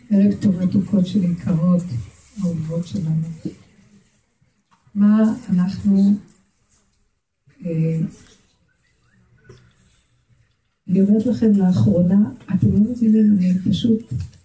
ערב טוב מתוקות של יקרות, האהובות שלנו. מה אנחנו, אני אומרת לכם לאחרונה, אתם לא מבינים, אני פשוט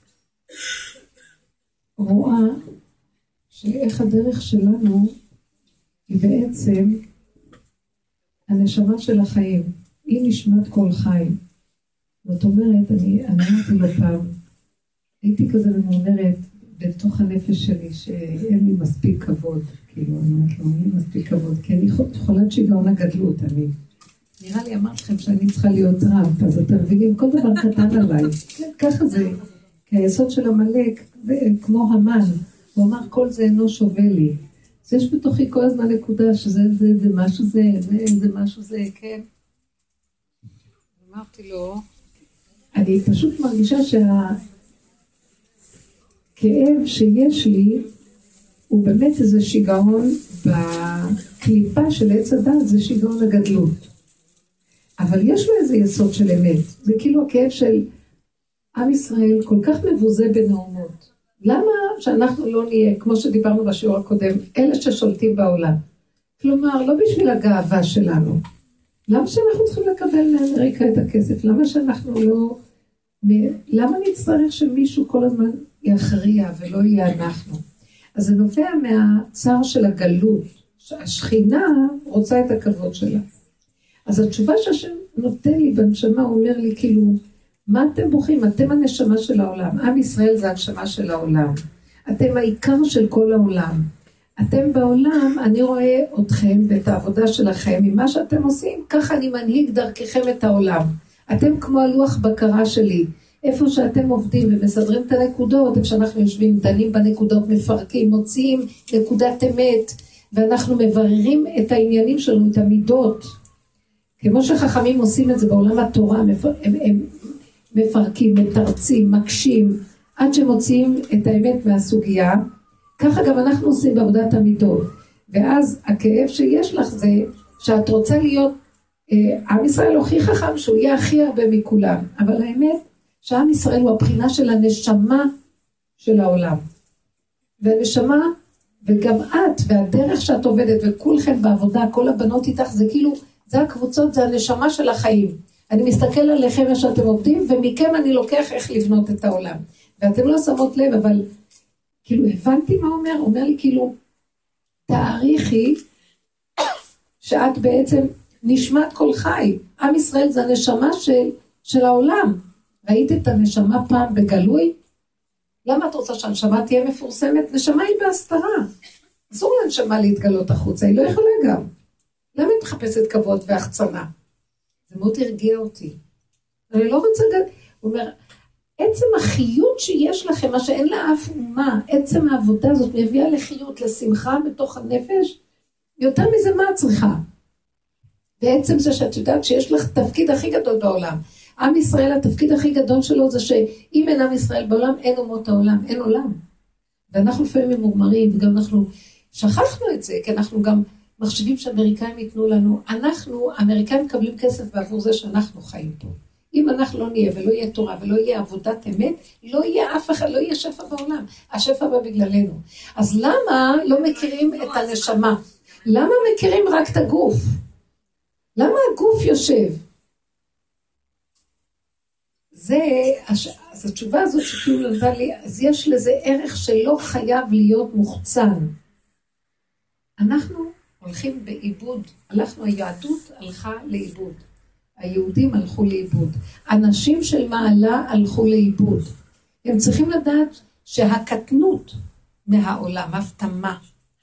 רואה שאיך הדרך שלנו היא בעצם הנשמה של החיים, היא נשמת כל חי. זאת אומרת, אני אמרתי לו פעם, הייתי כזה ממורמרת בתוך הנפש שלי שאין לי מספיק כבוד, כאילו אני אומרת לו, אין לי מספיק כבוד, כי אני חולת שיגעון הגדלות, אני נראה לי אמרת לכם שאני צריכה להיות טראמפ, אז אתם מבינים כל דבר קטן עליי, ככה זה, כי היסוד של המלאק, כמו המן, הוא אמר כל זה אינו שווה לי, אז יש בתוכי כל הזמן נקודה שזה משהו זה משהו זה, כן. אמרתי לו, אני פשוט מרגישה שהכאב שיש לי הוא באמת איזה שיגעון בקליפה של עץ הדת, זה שיגעון הגדלות. אבל יש לו איזה יסוד של אמת. זה כאילו הכאב של עם ישראל כל כך מבוזה בנאומות. למה שאנחנו לא נהיה, כמו שדיברנו בשיעור הקודם, אלה ששולטים בעולם? כלומר, לא בשביל הגאווה שלנו. למה שאנחנו צריכים לקבל לאמריקה את הכסף? למה שאנחנו לא... למה נצטרך שמישהו כל הזמן יכריע ולא יהיה אנחנו? אז זה נובע מהצער של הגלות. השכינה רוצה את הכבוד שלה. אז התשובה שהשם נותן לי בנשמה, הוא אומר לי כאילו, מה אתם בוכים? אתם הנשמה של העולם. עם ישראל זה הנשמה של העולם. אתם העיקר של כל העולם. אתם בעולם, אני רואה אתכם ואת העבודה שלכם, ממה שאתם עושים, ככה אני מנהיג דרככם את העולם. אתם כמו הלוח בקרה שלי, איפה שאתם עובדים ומסדרים את הנקודות, איפה שאנחנו יושבים, דנים בנקודות, מפרקים, מוציאים נקודת אמת, ואנחנו מבררים את העניינים שלנו, את המידות. כמו שחכמים עושים את זה בעולם התורה, הם מפרקים, מתרצים, מקשים, עד שמוציאים את האמת מהסוגיה, ככה גם אנחנו עושים בעבודת המידות. ואז הכאב שיש לך זה שאת רוצה להיות, עם ישראל הכי חכם שהוא יהיה הכי הרבה מכולם. אבל האמת שעם ישראל הוא הבחינה של הנשמה של העולם. והנשמה, וגם את והדרך שאת עובדת וכולכם בעבודה, כל הבנות איתך, זה כאילו, זה הקבוצות, זה הנשמה של החיים. אני מסתכל עליכם איך שאתם עובדים, ומכם אני לוקח איך לבנות את העולם. ואתם לא שמות לב, אבל כאילו הבנתי מה אומר, אומר לי כאילו, תאריכי שאת בעצם נשמת כל חי. עם ישראל זה הנשמה של העולם. ראית את הנשמה פעם בגלוי? למה את רוצה שהנשמה תהיה מפורסמת? נשמה היא בהסתרה. אסור לנשמה להתגלות החוצה, היא לא יכולה גם. למה היא מחפשת כבוד והחצנה? זה מאוד הרגיע אותי. אני לא רוצה הוא אומר, עצם החיות שיש לכם, מה שאין לה אף אומה, עצם העבודה הזאת מביאה לחיות, לשמחה בתוך הנפש, יותר מזה מה את צריכה? בעצם זה שאת יודעת שיש לך תפקיד הכי גדול בעולם. עם ישראל, התפקיד הכי גדול שלו זה שאם אין עם ישראל בעולם, אין אומות העולם, אין עולם. ואנחנו לפעמים ממורמרים, וגם אנחנו שכחנו את זה, כי אנחנו גם מחשבים שאמריקאים ייתנו לנו, האמריקאים מקבלים כסף בעבור זה שאנחנו חיים פה. אם אנחנו לא נהיה ולא יהיה תורה ולא יהיה עבודת אמת, לא יהיה אף אחד, לא יהיה שפע בעולם. השפע בא בגללנו. אז למה לא מכירים את הנשמה? למה מכירים רק את הגוף? למה הגוף יושב? אז התשובה הזאת שכאילו נדע לי, אז יש לזה ערך שלא חייב להיות מוחצן. אנחנו הולכים באיבוד, היהדות הלכה לאיבוד. היהודים הלכו לאיבוד. אנשים של מעלה הלכו לאיבוד. הם צריכים לדעת שהקטנות מהעולם, הפתמה,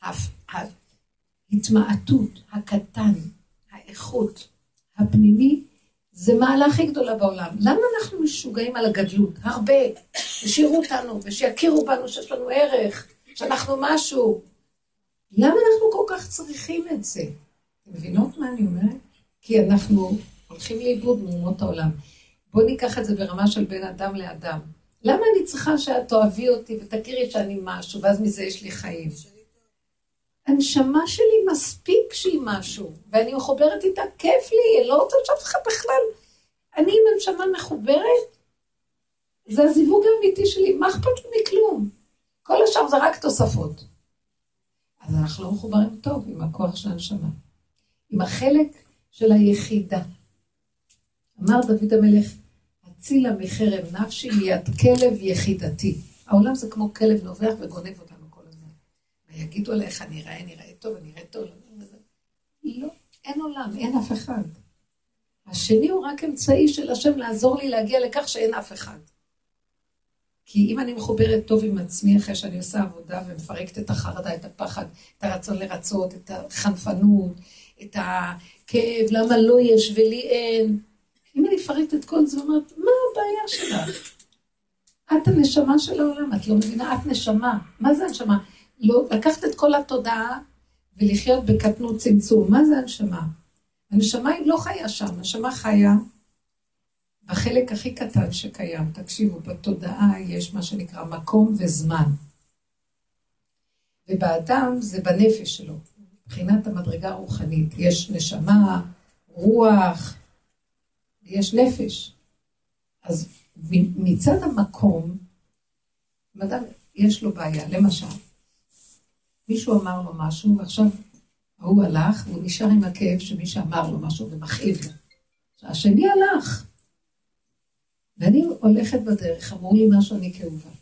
ההתמעטות, הקטן, האיכות, הפנימי, זה מעלה הכי גדולה בעולם. למה אנחנו משוגעים על הגדלות? הרבה. ושירו אותנו, ושיכירו בנו שיש לנו ערך, שאנחנו משהו. למה אנחנו כל כך צריכים את זה? אתם מבינות מה אני אומרת? כי אנחנו הולכים לאיבוד מאומות העולם. בואו ניקח את זה ברמה של בין אדם לאדם. למה אני צריכה שאת תאהבי אותי ותכירי שאני משהו, ואז מזה יש לי חיים? הנשמה שלי מספיק שהיא משהו, ואני מחוברת איתה, כיף לי, אני לא רוצה שאף אחד בכלל. אני עם הנשמה מחוברת, זה הזיווג האמיתי שלי, מה אכפת לי מכלום? כל השאר זה רק תוספות. אז אנחנו לא מחוברים טוב עם הכוח של הנשמה. עם החלק של היחידה. אמר דוד המלך, הצילה מחרב נפשי מיד כלב יחידתי. העולם זה כמו כלב נובח וגונב אותנו כל הזמן. ויגידו עליך, אני אראה טוב, אני אראה טוב. לא, אין עולם, אין אף אחד. השני הוא רק אמצעי של השם לעזור לי להגיע לכך שאין אף אחד. כי אם אני מחוברת טוב עם עצמי אחרי שאני עושה עבודה ומפרקת את החרדה, את הפחד, את הרצון לרצות, את החנפנות, את הכאב, למה לא יש ולי אין. אם אני אפרקת את כל זה ואומרת, מה הבעיה שלך? את הנשמה של העולם, את לא מבינה, את נשמה. מה זה הנשמה? לא, לקחת את כל התודעה ולחיות בקטנות צמצום. מה זה הנשמה? הנשמה היא לא חיה שם, הנשמה חיה בחלק הכי קטן שקיים. תקשיבו, בתודעה יש מה שנקרא מקום וזמן. ובאדם זה בנפש שלו, מבחינת המדרגה הרוחנית. יש נשמה, רוח, יש נפש. אז מצד המקום, אדם יש לו בעיה. למשל, מישהו אמר לו משהו, ועכשיו הוא הלך, והוא נשאר עם הכאב שמי שאמר לו משהו ומכאיב לו. השני הלך. ואני הולכת בדרך, אמרו לי משהו, אני כאובה.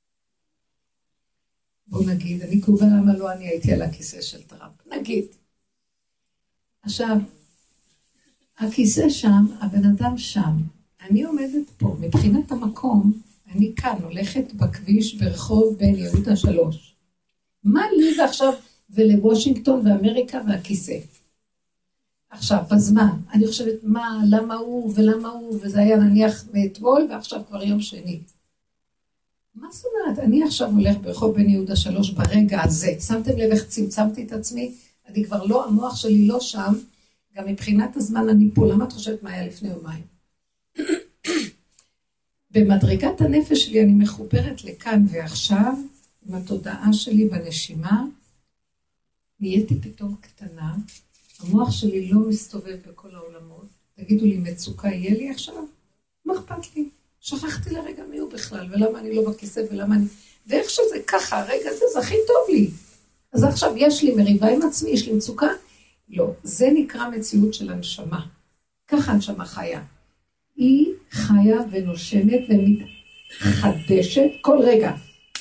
בוא נגיד, אני כאובה, למה לא אני הייתי על הכיסא של טראמפ? נגיד. עכשיו, הכיסא שם, הבן אדם שם. אני עומדת פה, מבחינת המקום, אני כאן, הולכת בכביש ברחוב בן יהודה 3. מה לי ועכשיו ולוושינגטון ואמריקה והכיסא? עכשיו, בזמן, אני חושבת מה, למה הוא ולמה הוא, וזה היה נניח מאתמול ועכשיו כבר יום שני. מה זאת אומרת? אני עכשיו הולך ברחוב בן יהודה 3 ברגע הזה. שמתם לב איך צמצמתי את עצמי? אני כבר לא, המוח שלי לא שם, גם מבחינת הזמן אני פה. למה את חושבת מה היה לפני יומיים? במדרגת הנפש שלי אני מחוברת לכאן ועכשיו, עם התודעה שלי בנשימה, נהייתי פתאום קטנה, המוח שלי לא מסתובב בכל העולמות, תגידו לי, מצוקה יהיה לי עכשיו? מה אכפת לי? שכחתי לרגע מי הוא בכלל, ולמה אני לא בכיסא, ולמה אני... ואיך שזה ככה, הרגע הזה זה הכי טוב לי. אז עכשיו יש לי מריבה עם עצמי, יש לי מצוקה? לא, זה נקרא מציאות של הנשמה. ככה הנשמה חיה. היא חיה ונושמת ומתחדשת כל רגע.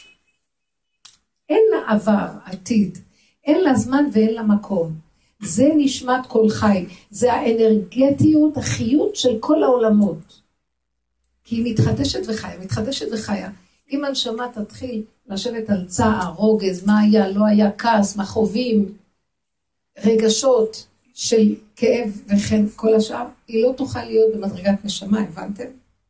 אין לה עבר, עתיד, אין לה זמן ואין לה מקום. זה נשמת כל חי, זה האנרגטיות, החיות של כל העולמות. כי היא מתחדשת וחיה, מתחדשת וחיה. אם הנשמה תתחיל לשבת על צער, רוגז, מה היה, לא היה, כעס, מחובים, רגשות של כאב וכן כל השאר, היא לא תוכל להיות במדרגת נשמה, הבנתם?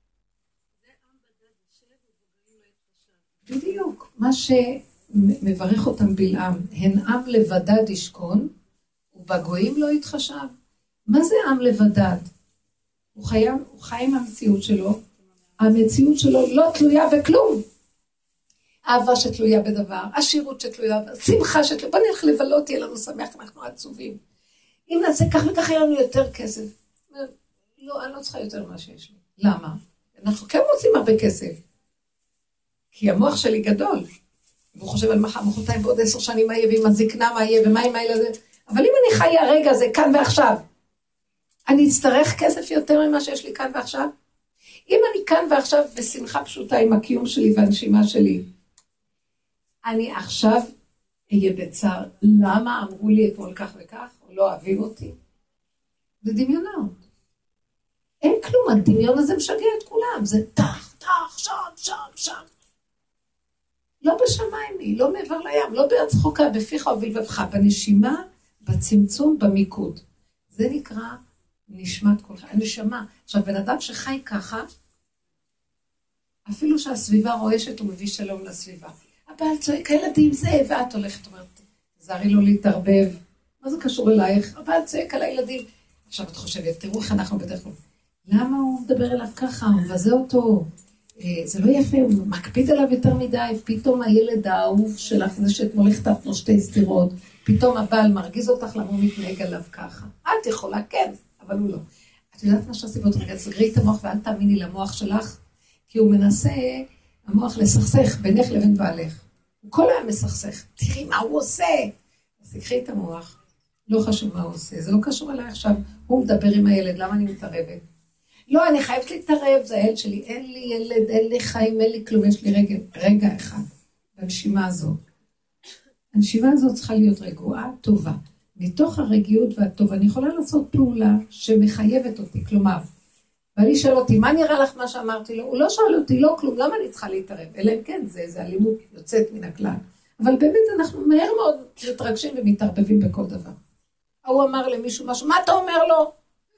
בדיוק, מה שמברך אותם בלעם, הן עם לבדד ישכון, ובגויים לא יתחשב. מה זה עם לבדד? הוא חי עם המציאות שלו, המציאות שלו לא תלויה בכלום. אהבה שתלויה בדבר, עשירות שתלויה, שמחה שתלויה, בוא נלך לבלות, יהיה לנו שמח, אנחנו עצובים. אם נעשה כך וכך, יהיה לנו יותר כסף. לא, אני לא צריכה יותר מה שיש לי. למה? אנחנו כן רוצים הרבה כסף. כי המוח שלי גדול. והוא חושב על מחרתיים בעוד 10 שנים מה יהיה, ועם הזקנה מה יהיה, ומה עם הילד. אבל אם אני חיה רגע, זה כאן ועכשיו. אני אצטרך כסף יותר ממה שיש לי כאן ועכשיו? אם אני כאן ועכשיו בשמחה פשוטה עם הקיום שלי והנשימה שלי, אני עכשיו אהיה בצער. למה אמרו לי אתמול כך וכך, או לא אוהבים אותי? זה דמיונות. אין כלום, הדמיון הזה משגע את כולם. זה תח, שם. לא בשמיים היא, לא מעבר לים, לא בארץ חוקה, בפיך ובלבבך, בנשימה, בצמצום, במיקוד. זה נקרא נשמת כל חי, הנשמה. עכשיו, בן אדם שחי ככה, אפילו שהסביבה רועשת, הוא מביא שלום לסביבה. הבעל צועק, הילדים זה, ואת הולכת, אומרת, זרי לא להתערבב. מה זה קשור אלייך? הבעל צועק על הילדים. עכשיו את חושבת, תראו איך אנחנו בדרך כלל. למה הוא מדבר אליו ככה? הוא מבזה אותו. זה לא יפה, הוא מקפיד עליו יותר מדי. פתאום הילד האהוב שלך, זה שאת מולכת לו 2 סתירות, פתאום הבעל מרגיז אותך למה הוא מתנהג עליו ככה. את יכולה, כן, אבל הוא לא. את יודעת מה שעשיבות רגע, סגרי את המוח ואל תאמיני למוח שלך, כי הוא מנסה, המוח לסכסך בינך לבין בעלך. הוא כל היום מסכסך, תראי מה הוא עושה. אז תקחי את המוח, לא חשוב מה הוא עושה, זה לא קשור אליי עכשיו, הוא מדבר עם הילד, למה אני מתערבת? לא, אני חייבת להתערב, זה הילד שלי, אין לי ילד, אין לי חיים, אין לי כלום, יש לי רגע אחד, בנשימה הזאת. הנשימה הזאת צריכה להיות רגועה, טובה. מתוך הרגיעות והטוב, אני יכולה לעשות פעולה שמחייבת אותי, כלומר, ואני שואל אותי, מה נראה לך מה שאמרתי לו? הוא לא שואל אותי, לא כלום, למה אני צריכה להתערב? אלא אם כן, זה אלימות יוצאת מן הכלל. אבל באמת אנחנו מהר מאוד מתרגשים ומתערבבים בכל דבר. הוא אמר למישהו משהו, מה אתה אומר לו?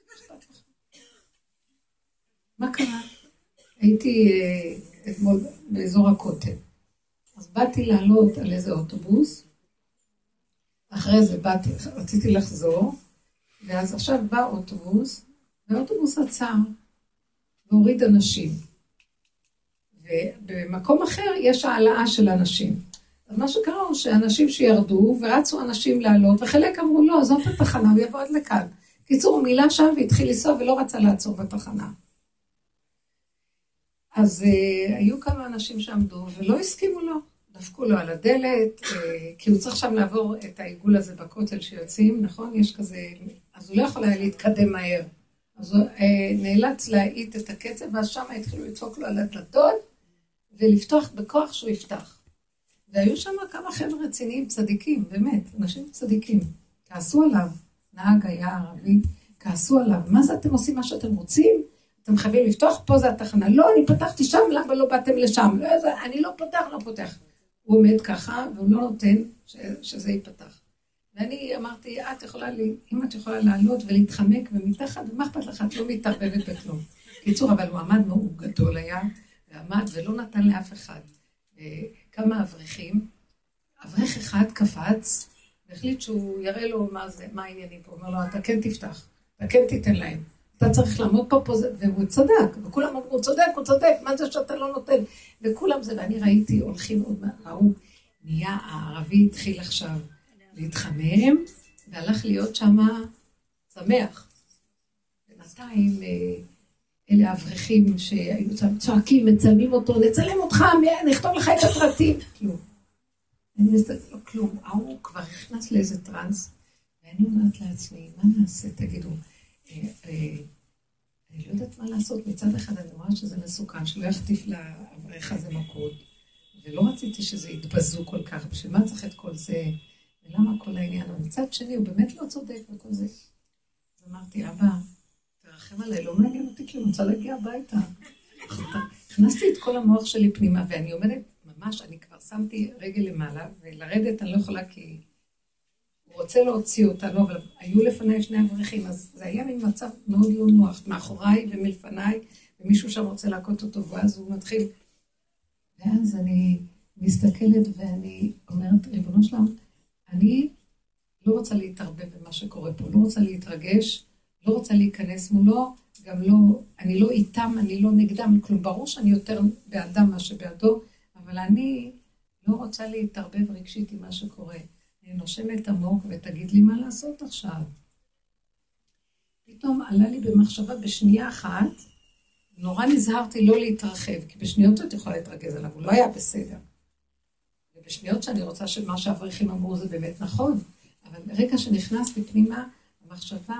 מה קרה? הייתי אתמול באזור הכותל. אז באתי לעלות על איזה אוטובוס, אחרי זה רציתי לחזור, ואז עכשיו בא אוטובוס, והאוטובוס עצר, והוריד אנשים. ובמקום אחר יש העלאה של אנשים. אז מה שקרה הוא שאנשים שירדו, ורצו אנשים לעלות, וחלק אמרו, לא, זאת התחנה, הוא יבוא עד לכאן. קיצור, הוא מילה שם והתחיל לנסוע, ולא רצה לעצור בתחנה. אז היו כמה אנשים שעמדו, ולא הסכימו לו. דפקו לו על הדלת, כי הוא צריך שם לעבור את העיגול הזה בכותל שיוצאים, נכון? יש כזה, אז הוא לא יכול היה להתקדם מהר. אז הוא נאלץ להאיט את הקצב, ואז שם התחילו לדפוק לו על הדלתות, ולפתוח בכוח שהוא יפתח. והיו שם כמה חבר'ה רציניים, צדיקים, באמת, אנשים צדיקים. כעסו עליו, נהג היה ערבי, כעסו עליו, מה זה אתם עושים מה שאתם רוצים? אתם חייבים לפתוח, פה זה התחנה. לא, אני פתחתי שם, למה לא באתם לשם? לא, אני לא פותח. הוא עומד ככה, והוא לא נותן שזה ייפתח. ואני אמרתי, אם את יכולה לעלות ולהתחמק ומתחת, ומה אכפת לך, את לא מתערבבת בכלום. קיצור, אבל הוא עמד מאוד גדול היה, ועמד ולא נתן לאף אחד. כמה אברכים, אברך אחד קפץ, והחליט שהוא יראה לו מה העניינים פה. הוא אומר לו, אתה כן תפתח, אתה כן תיתן להם. אתה צריך לעמוד פה, והוא צדק, וכולם אמרו, הוא צודק, מה זה שאתה לא נותן? וכולם זה, ואני ראיתי, הולכים עוד מהראו, נהיה הערבי התחיל עכשיו להתחמם, והלך להיות שם שמח. בינתיים, אלה האברכים שהיו צועקים, מצלמים אותו, נצלם אותך, נכתוב לך את הפרטים. כלום. אני מסתכלת לו, כלום. הוא כבר נכנס לאיזה טרנס, ואני אומרת לעצמי, מה נעשה, תגידו, אני לא יודעת מה לעשות, מצד אחד אני רואה שזה מסוכן, שלא יחטיף לאברך הזה מכות, ולא רציתי שזה יתבזו כל כך, בשביל מה צריך את כל זה, ולמה כל העניין, אבל מצד שני הוא באמת לא צודק וכל זה. אז אמרתי, אבא, תרחם עליי, לא מעניין אותי, כי אני רוצה להגיע הביתה. הכנסתי את כל המוח שלי פנימה, ואני עומדת ממש, אני כבר שמתי רגל למעלה, ולרדת אני לא יכולה כי הוא רוצה להוציא אותנו, אבל היו לפניי שני אברכים, אז זה היה מין מצב מאוד לא נוח, מאחוריי ומלפניי, ומישהו שם רוצה להכות אותו, ואז הוא מתחיל. ואז אני מסתכלת ואני אומרת, ריבונו שלם, אני לא רוצה להתערבב במה שקורה פה, לא רוצה להתרגש, לא רוצה להיכנס מולו, גם לא, אני לא איתם, אני לא נגדם, כלום ברור שאני יותר באדם מה שבעדו, אבל אני לא רוצה להתערבב רגשית עם מה שקורה. אני נושמת עמוק ותגיד לי מה לעשות עכשיו. פתאום עלה לי במחשבה בשנייה אחת, נורא נזהרתי לא להתרחב, כי בשניות את יכולה להתרגז עליו, הוא לא היה בסדר. ובשניות שאני רוצה שמה שהאברכים אמרו זה באמת נכון, אבל ברגע שנכנסתי פנימה, המחשבה,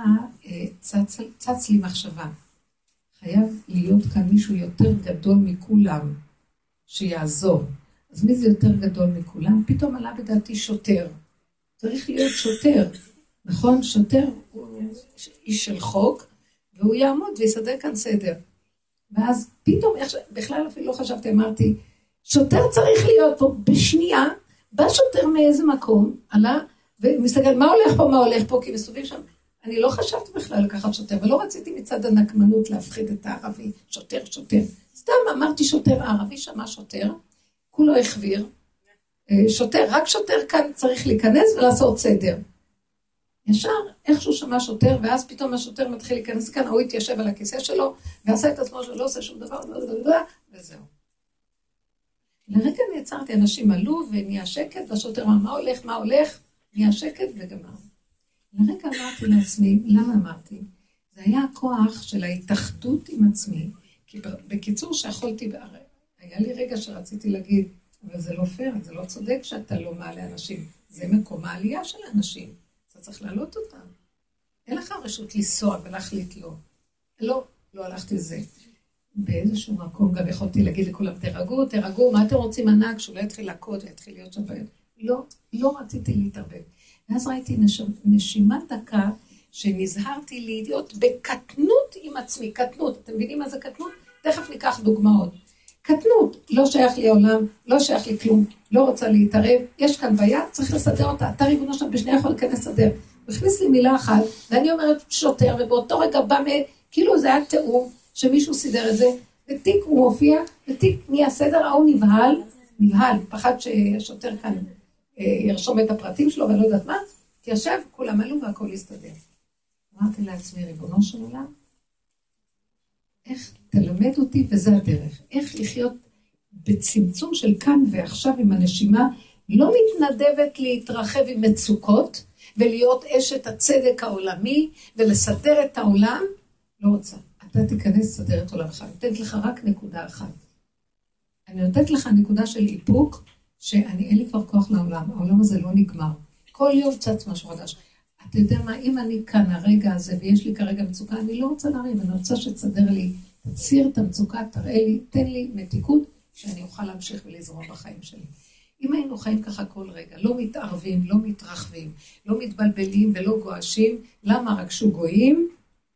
צץ לי מחשבה. חייב להיות כאן מישהו יותר גדול מכולם, שיעזור. אז מי זה יותר גדול מכולם? פתאום עלה בדעתי שוטר. צריך להיות שוטר, נכון? שוטר הוא איש של חוק, והוא יעמוד ויסדר כאן סדר. ואז פתאום, בכלל אפילו לא חשבתי, אמרתי, שוטר צריך להיות פה בשנייה, בא שוטר מאיזה מקום, עלה, ומסתכל, מה הולך פה, כי מסתובבים שם. אני לא חשבתי בכלל לקחת שוטר, ולא רציתי מצד הנקמנות להפחיד את הערבי, שוטר. סתם אמרתי שוטר, הערבי שמע שוטר, כולו החביר, שוטר, רק שוטר כאן צריך להיכנס ולעשות סדר. ישר, איכשהו שמע שוטר, ואז פתאום השוטר מתחיל להיכנס כאן, הוא התיישב על הכיסא שלו, ועשה את עצמו שלא עושה שום דבר, וזהו. לרגע נעצרתי, אנשים עלו ונהיה שקט, והשוטר אמר, מה הולך? נהיה שקט וגמר. לרגע אמרתי לעצמי, למה אמרתי? זה היה הכוח של ההתאחדות עם עצמי, כי בקיצור שיכולתי, היה לי רגע שרציתי להגיד, אבל זה לא פייר, זה לא צודק שאתה לא מעלה אנשים. זה מקום העלייה של האנשים. אתה צריך להעלות אותם. אין לך רשות לנסוע ולהחליט לא. לא הלכתי לזה. באיזשהו מקום גם יכולתי להגיד לכולם, תרגעו, מה אתם רוצים ענק? שהוא לא יתחיל להכות ויתחיל להיות שם בעיות. לא רציתי להתערבב. ואז ראיתי נשימה דקה, שנזהרתי להיות בקטנות עם עצמי. קטנות, אתם מבינים מה זה קטנות? תכף ניקח דוגמאות. קטנות, לא שייך לי העולם, לא שייך לי כלום, לא רוצה להתערב, יש כאן ביד, צריך לסדר אותה, אתה ריבונו שם בשנייה יכול להיכנס לסדר. הוא הכניס לי מילה אחת, ואני אומרת שוטר, ובאותו רגע בא כאילו זה היה תיאום, שמישהו סידר את זה, ותיק הוא הופיע, ותיק נהיה סדר, הוא נבהל, פחד שהשוטר כאן ירשום את הפרטים שלו, ואני לא יודעת מה, כי ישב, כולם עלו והכל יסתדר. אמרתי לעצמי, ריבונו של עולם, איך תלמד אותי, וזה הדרך, איך לחיות בצמצום של כאן ועכשיו עם הנשימה, לא מתנדבת להתרחב עם מצוקות, ולהיות אשת הצדק העולמי, ולסדר את העולם, לא רוצה. אתה תיכנס לסדר את עולמך, אני נותנת לך רק נקודה אחת. אני נותנת לך נקודה של איפוק, אין לי כבר כוח לעולם, העולם הזה לא נגמר. כל יום צץ משהו חדש. אתה יודע מה, אם אני כאן הרגע הזה, ויש לי כרגע מצוקה, אני לא רוצה להרים, אני רוצה שתסדר לי, תציר את המצוקה, תראה לי, תן לי מתיקות, שאני אוכל להמשיך ולזרום בחיים שלי. אם היינו חיים ככה כל רגע, לא מתערבים, לא מתרחבים, לא מתבלבלים ולא גואשים, למה רק שהוא גויים?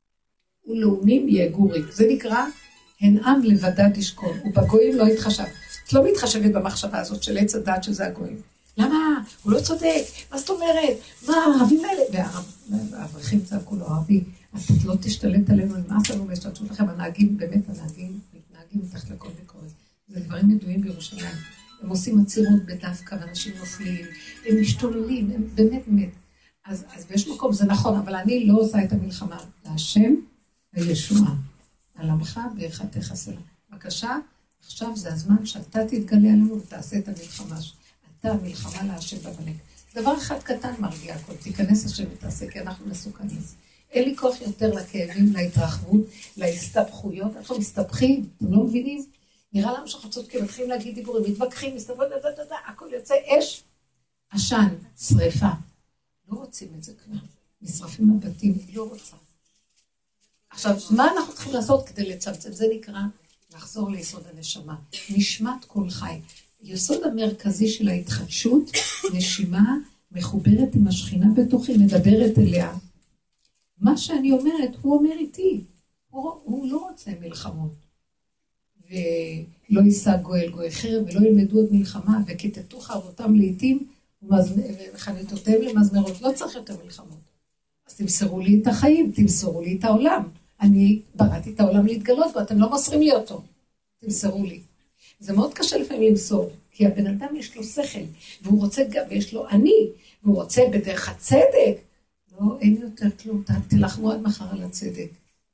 ולאומים יהגו ריק. זה נקרא, הן עם לבדד ישכון, ובגויים לא יתחשב. את לא מתחשבת במחשבה הזאת של עץ הדת שזה הגויים. למה? הוא לא צודק. מה זאת אומרת? מה, הערבים האלה? והאברכים צעקו לו, ערבי, את לא תשתלט עלינו, נמאס לנו מהשתלטות לכם, הנהגים, באמת הנהגים, מתנהגים מתחת לכל ביקורת. זה דברים ידועים בירושלים. הם עושים עצירות בדווקא, ואנשים נופלים, הם משתוללים, הם באמת. אז יש מקום, זה נכון, אבל אני לא עושה את המלחמה. להשם הישועה. על עמך ואחתך סלע. בבקשה, עכשיו זה הזמן שאתה תתגלה עלינו ותעשה את המלחמה. אתה המלחמה להשם בעמלק. דבר אחד קטן מרגיע הכל, תיכנס השם ותעשה, כי אנחנו מסוכנים. אין לי כוח יותר לכאבים, להתרחבות, להסתבכויות. אנחנו מסתבכים, אתם לא מבינים? נראה לנו שחצות כי מתחילים להגיד דיבורים, מתווכחים, מסתבכים, הכל יוצא אש, עשן, שריפה. לא רוצים את זה כבר. נשרפים הבתים, לא רוצה. עכשיו, מה אנחנו צריכים לעשות כדי לצמצם? זה נקרא לחזור ליסוד הנשמה. נשמת כל חי. יסוד המרכזי של ההתחדשות, נשימה מחוברת עם השכינה בתוכי, מדברת אליה. מה שאני אומרת, הוא אומר איתי. הוא לא רוצה מלחמות. ולא יישא גואל גוי חרב, ולא ילמדו עוד מלחמה, וכתתו חרבותם לעתים, וחניתותיהם למזמרות. לא צריך יותר מלחמות. אז תמסרו לי את החיים, תמסרו לי את העולם. אני בראתי את העולם להתגלות, ואתם לא מוסרים לי אותו. תמסרו לי. זה מאוד קשה לפעמים למסור, כי הבן אדם יש לו שכל, והוא רוצה גם, ויש לו אני, והוא רוצה בדרך הצדק. לא, אין יותר כלום, תלחמו עד מחר על הצדק.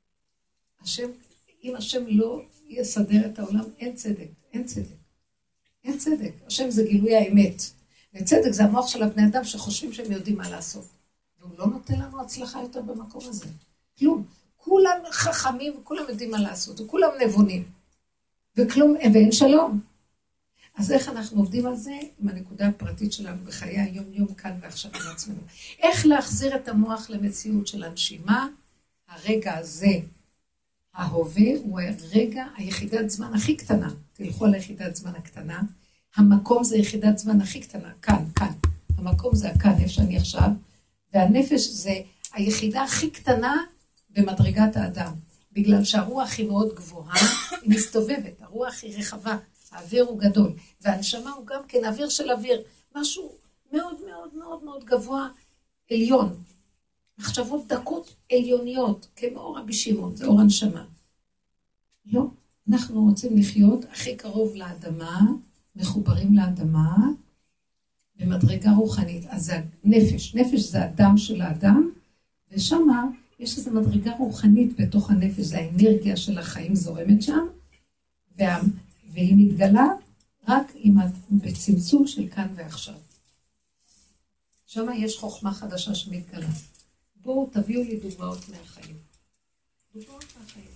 אם השם לא יסדר את העולם, אין צדק, אין צדק. אין צדק. השם זה גילוי האמת. וצדק זה המוח של הבני אדם שחושבים שהם יודעים מה לעשות. והוא לא נותן לנו הצלחה יותר במקום הזה. כלום. כולם חכמים וכולם יודעים מה לעשות, וכולם נבונים. וכלום, ואין שלום. אז איך אנחנו עובדים על זה? עם הנקודה הפרטית שלנו בחיי היום-יום כאן ועכשיו עם עצמנו. איך להחזיר את המוח למציאות של הנשימה? הרגע הזה, ההווה, הוא הרגע, היחידת זמן הכי קטנה. תלכו על היחידת זמן הקטנה. המקום זה יחידת זמן הכי קטנה, כאן. המקום זה הכאן, איפה שאני עכשיו. והנפש זה היחידה הכי קטנה במדרגת האדם. בגלל שהרוח היא מאוד גבוהה, היא מסתובבת, הרוח היא רחבה, האוויר הוא גדול, והנשמה הוא גם כן אוויר של אוויר, משהו מאוד מאוד מאוד מאוד גבוה, עליון. מחשבות דקות עליוניות, כמו רבי שמעון, זה אור הנשמה. לא, אנחנו רוצים לחיות הכי קרוב לאדמה, מחוברים לאדמה, במדרגה רוחנית. אז זה נפש, נפש זה הדם של האדם, ושמה יש איזו מדרגה רוחנית בתוך הנפש, זה האנרגיה של החיים זורמת שם, והיא מתגלה רק בצמצום של כאן ועכשיו. שם יש חוכמה חדשה שמתגלה. בואו תביאו לי דוגמאות מהחיים. דוגמאות מהחיים.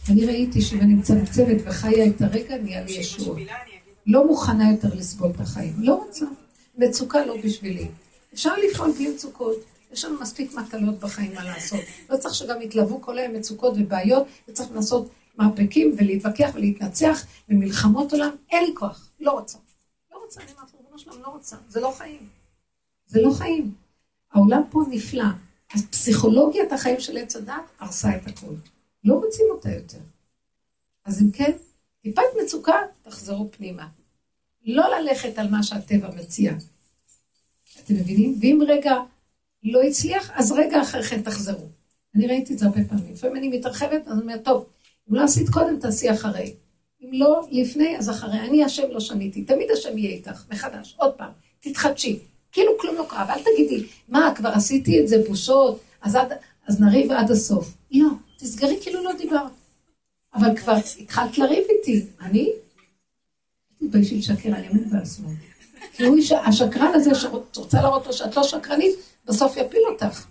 אני ראיתי שאם אני מצמצמת וחיה את הרגע, נהיה לי ישוע. לא מוכנה יותר לסבול את החיים. לא רוצה. מצוקה לא בשבילי. אפשר לפעול בלי מצוקות. יש לנו מספיק מטלות בחיים מה לעשות. לא צריך שגם יתלוו כל היום מצוקות ובעיות, וצריך לעשות מרפקים ולהתווכח ולהתנצח במלחמות עולם. אין לי כוח. לא רוצה. לא רוצה, אני אומרת, ריבונו שלום, לא רוצה. זה לא חיים. זה לא חיים. העולם פה נפלא. אז פסיכולוגיית החיים של עץ הדת הרסה את הכל. לא רוצים אותה יותר. אז אם כן, טיפת מצוקה, תחזרו פנימה. לא ללכת על מה שהטבע מציע. אתם מבינים? ואם רגע לא הצליח, אז רגע אחרי כן תחזרו. אני ראיתי את זה הרבה פעמים. לפעמים אני מתרחבת, אז אני אומרת, טוב, אם לא עשית קודם, תעשי אחרי. אם לא לפני, אז אחרי. אני השם לא שניתי. תמיד השם יהיה איתך, מחדש. עוד פעם, תתחדשי. כאילו כלום לא קרה, ואל תגידי, מה, כבר עשיתי את זה בושות, אז נריב עד הסוף. לא, תסגרי כאילו לא דיברת. אבל כבר התחלת לריב איתי. אני? תתביישי לשקר על ימין ועל שמאל. כי השקרן הזה שרוצה להראות לו שאת לא שקרנית, בסוף יפיל אותך.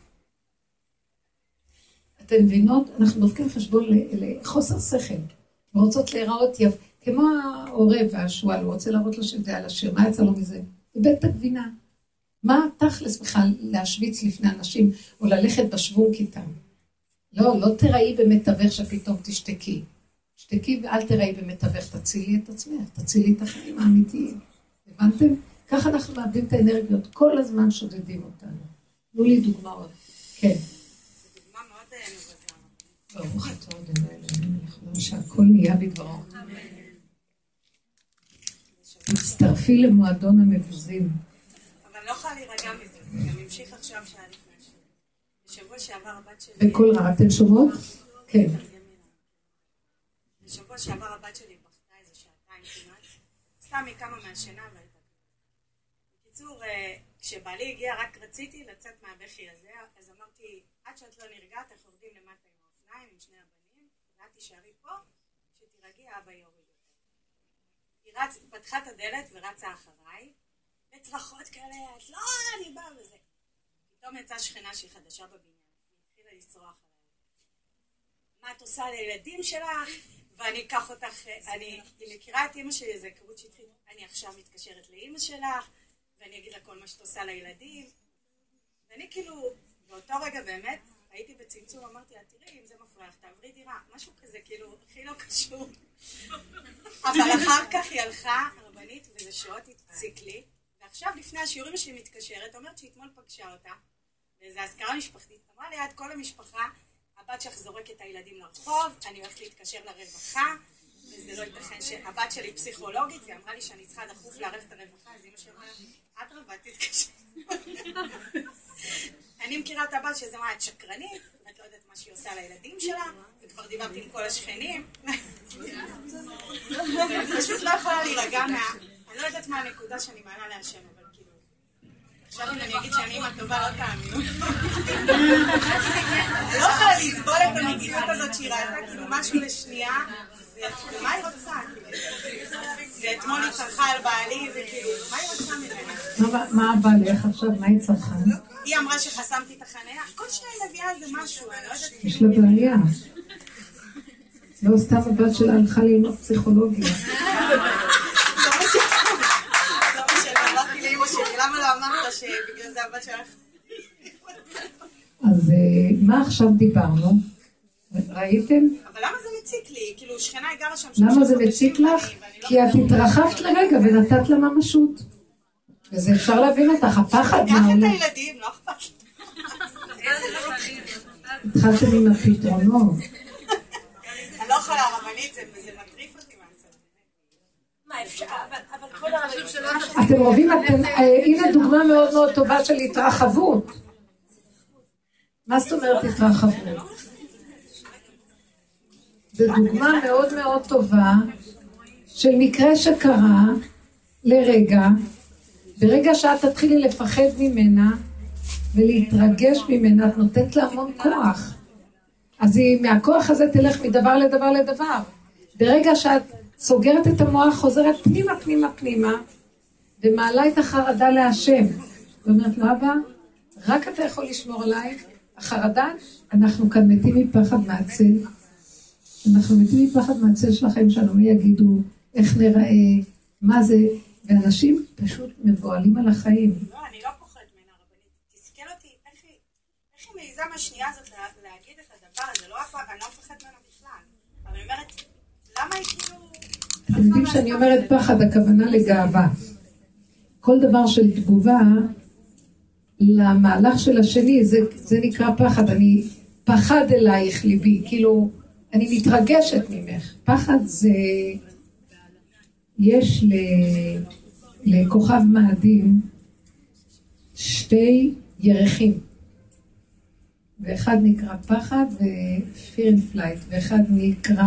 אתן מבינות? אנחנו דופקים חשבון לחוסר שכל. ורוצות להיראות כמו ההורה והשואל, הוא רוצה להראות לו שזה על השיר. מה יצא לו מזה? איבד את הגבינה. מה תכלס בכלל להשוויץ לפני אנשים, או ללכת בשוונק איתם? לא, לא תראי במתווך שפתאום תשתקי. תשתקי ואל תראי במתווך, תצילי את עצמך, תצילי את החיים האמיתיים. הבנתם? ככה אנחנו מאבדים את האנרגיות, כל הזמן שודדים אותנו. תנו לי דוגמאות. כן. זו דוגמה מאוד מבזרה. ברוך אתה אדוני אלוהינו מלך שהכל נהיה בדברו. מצטרפי למועדון המבוזים. אבל לא יכולה להירגע מזה, זה גם המשיך עכשיו שעה לפני שעה. בשבוע שעבר הבת שלי... בכל רע, אתן שומעות? כן. בשבוע שעבר הבת שלי בכתה איזה שעתיים כמעט, סתם היא קמה מהשינה והייתה. בקיצור, כשבעלי הגיע רק רציתי לצאת מהבכי הזה, אז אמרתי, עד שאת לא נרגעת, איך יורדים למטה עם האופניים, עם שני הבנים, ואת תישארי פה, שתירגעי, אבא יוריד אותה. היא פתחה את הדלת ורצה אחריי, בצרחות כאלה, את לא, אני באה וזה. פתאום יצאה שכנה שהיא חדשה בבניין, היא התחילה לצרוח עליי. מה את עושה לילדים שלך? ואני אקח אותך, אני מכירה את אמא שלי, איזה היכרות שטחית, אני עכשיו מתקשרת לאמא שלך, ואני אגיד לה כל מה שאת עושה לילדים. ואני כאילו, באותו רגע באמת, הייתי בצמצום, אמרתי לה, תראי, אם זה מפריע לך, תעברי דירה, משהו כזה, כאילו, הכי לא קשור. אבל אחר כך היא הלכה, הרבנית, וזה שעות התציק לי, ועכשיו לפני השיעורים שלי מתקשרת, אומרת שאתמול פגשה אותה, וזו הזכרה משפחתית, אמרה ליד כל המשפחה, הבת שלך זורק את הילדים לרחוב, אני הולכת להתקשר לרווחה, וזה לא ייתכן שהבת שלי פסיכולוגית, והיא אמרה לי שאני צריכה דחוף לערב את הרווחה, אז אמא שאמרה, את רבה, תתקשר. אני מכירה את הבת שזה מה, את שקרנית, את לא יודעת מה שהיא עושה לילדים שלה, וכבר דיברתי עם כל השכנים. פשוט לא יכולה להירגע אני לא יודעת מה הנקודה שאני מעלה להשם, אבל כאילו, עכשיו אם אני אגיד שאני אמא טובה, לא תאמינו. אני לא יכולה לסבול את המציאות הזאת שהיא ראתה, כאילו משהו לשנייה, ומה היא רוצה? ואתמול היא צרחה על בעלי, וכאילו, מה היא רוצה ממנה? מה בעלך עכשיו? מה היא צרחה? היא אמרה שחסמתי את החניה, כל שנייה היא מביאה איזה משהו, אני לא יודעת... יש לה בעיה. לא סתם הבת שלה הלכה ללמוד פסיכולוגיה. למה לא אמרת שבגלל זה הבת שלך? אז מה עכשיו דיברנו? ראיתם? אבל למה זה מציק לי? כאילו שכנה היא גרה שם... למה זה מציק לך? כי את התרחבת לרגע ונתת לה ממשות. וזה אפשר להבין אותך, הפחד מהעולם. קח את הילדים, לא אכפת. התחלתם עם הפתרונות. אני לא יכולה הרבנית, זה מטריף אותי מהצד. מה אפשר? אבל כל הרבנים שלא... אתם רואים, הנה דוגמה מאוד מאוד טובה של התרחבות. מה זאת אומרת התרחבות? זו דוגמה מאוד מאוד טובה של מקרה שקרה לרגע, ברגע שאת תתחילי לפחד ממנה ולהתרגש ממנה, את נותנת לה המון כוח. אז היא מהכוח הזה תלך מדבר לדבר לדבר. ברגע שאת סוגרת את המוח, חוזרת פנימה, פנימה, פנימה, ומעלה את החרדה להשם. ואומרת לו, אבא, רק אתה יכול לשמור עליי. החרדה, אנחנו כאן מתים מפחד מעצל. אנחנו מתים מפחד מהצל של החיים שלנו, מי יגידו, איך נראה, מה זה, ואנשים פשוט מבועלים על החיים. לא, אני לא פוחדת ממנה רבנית. תסתכל אותי, איך היא מעיזה מהשנייה הזאת להגיד את הדבר הזה, אני לא פוחדת ממנה בכלל. אבל אני אומרת, למה היא כאילו... אתם יודעים שאני אומרת פחד, הכוונה לגאווה. כל דבר של תגובה למהלך של השני, זה נקרא פחד. אני פחד אלייך ליבי, כאילו, אני מתרגשת ממך. פחד זה, יש לכוכב מאדים שתי ירחים. ואחד נקרא פחד ו-fear and flight, ואחד נקרא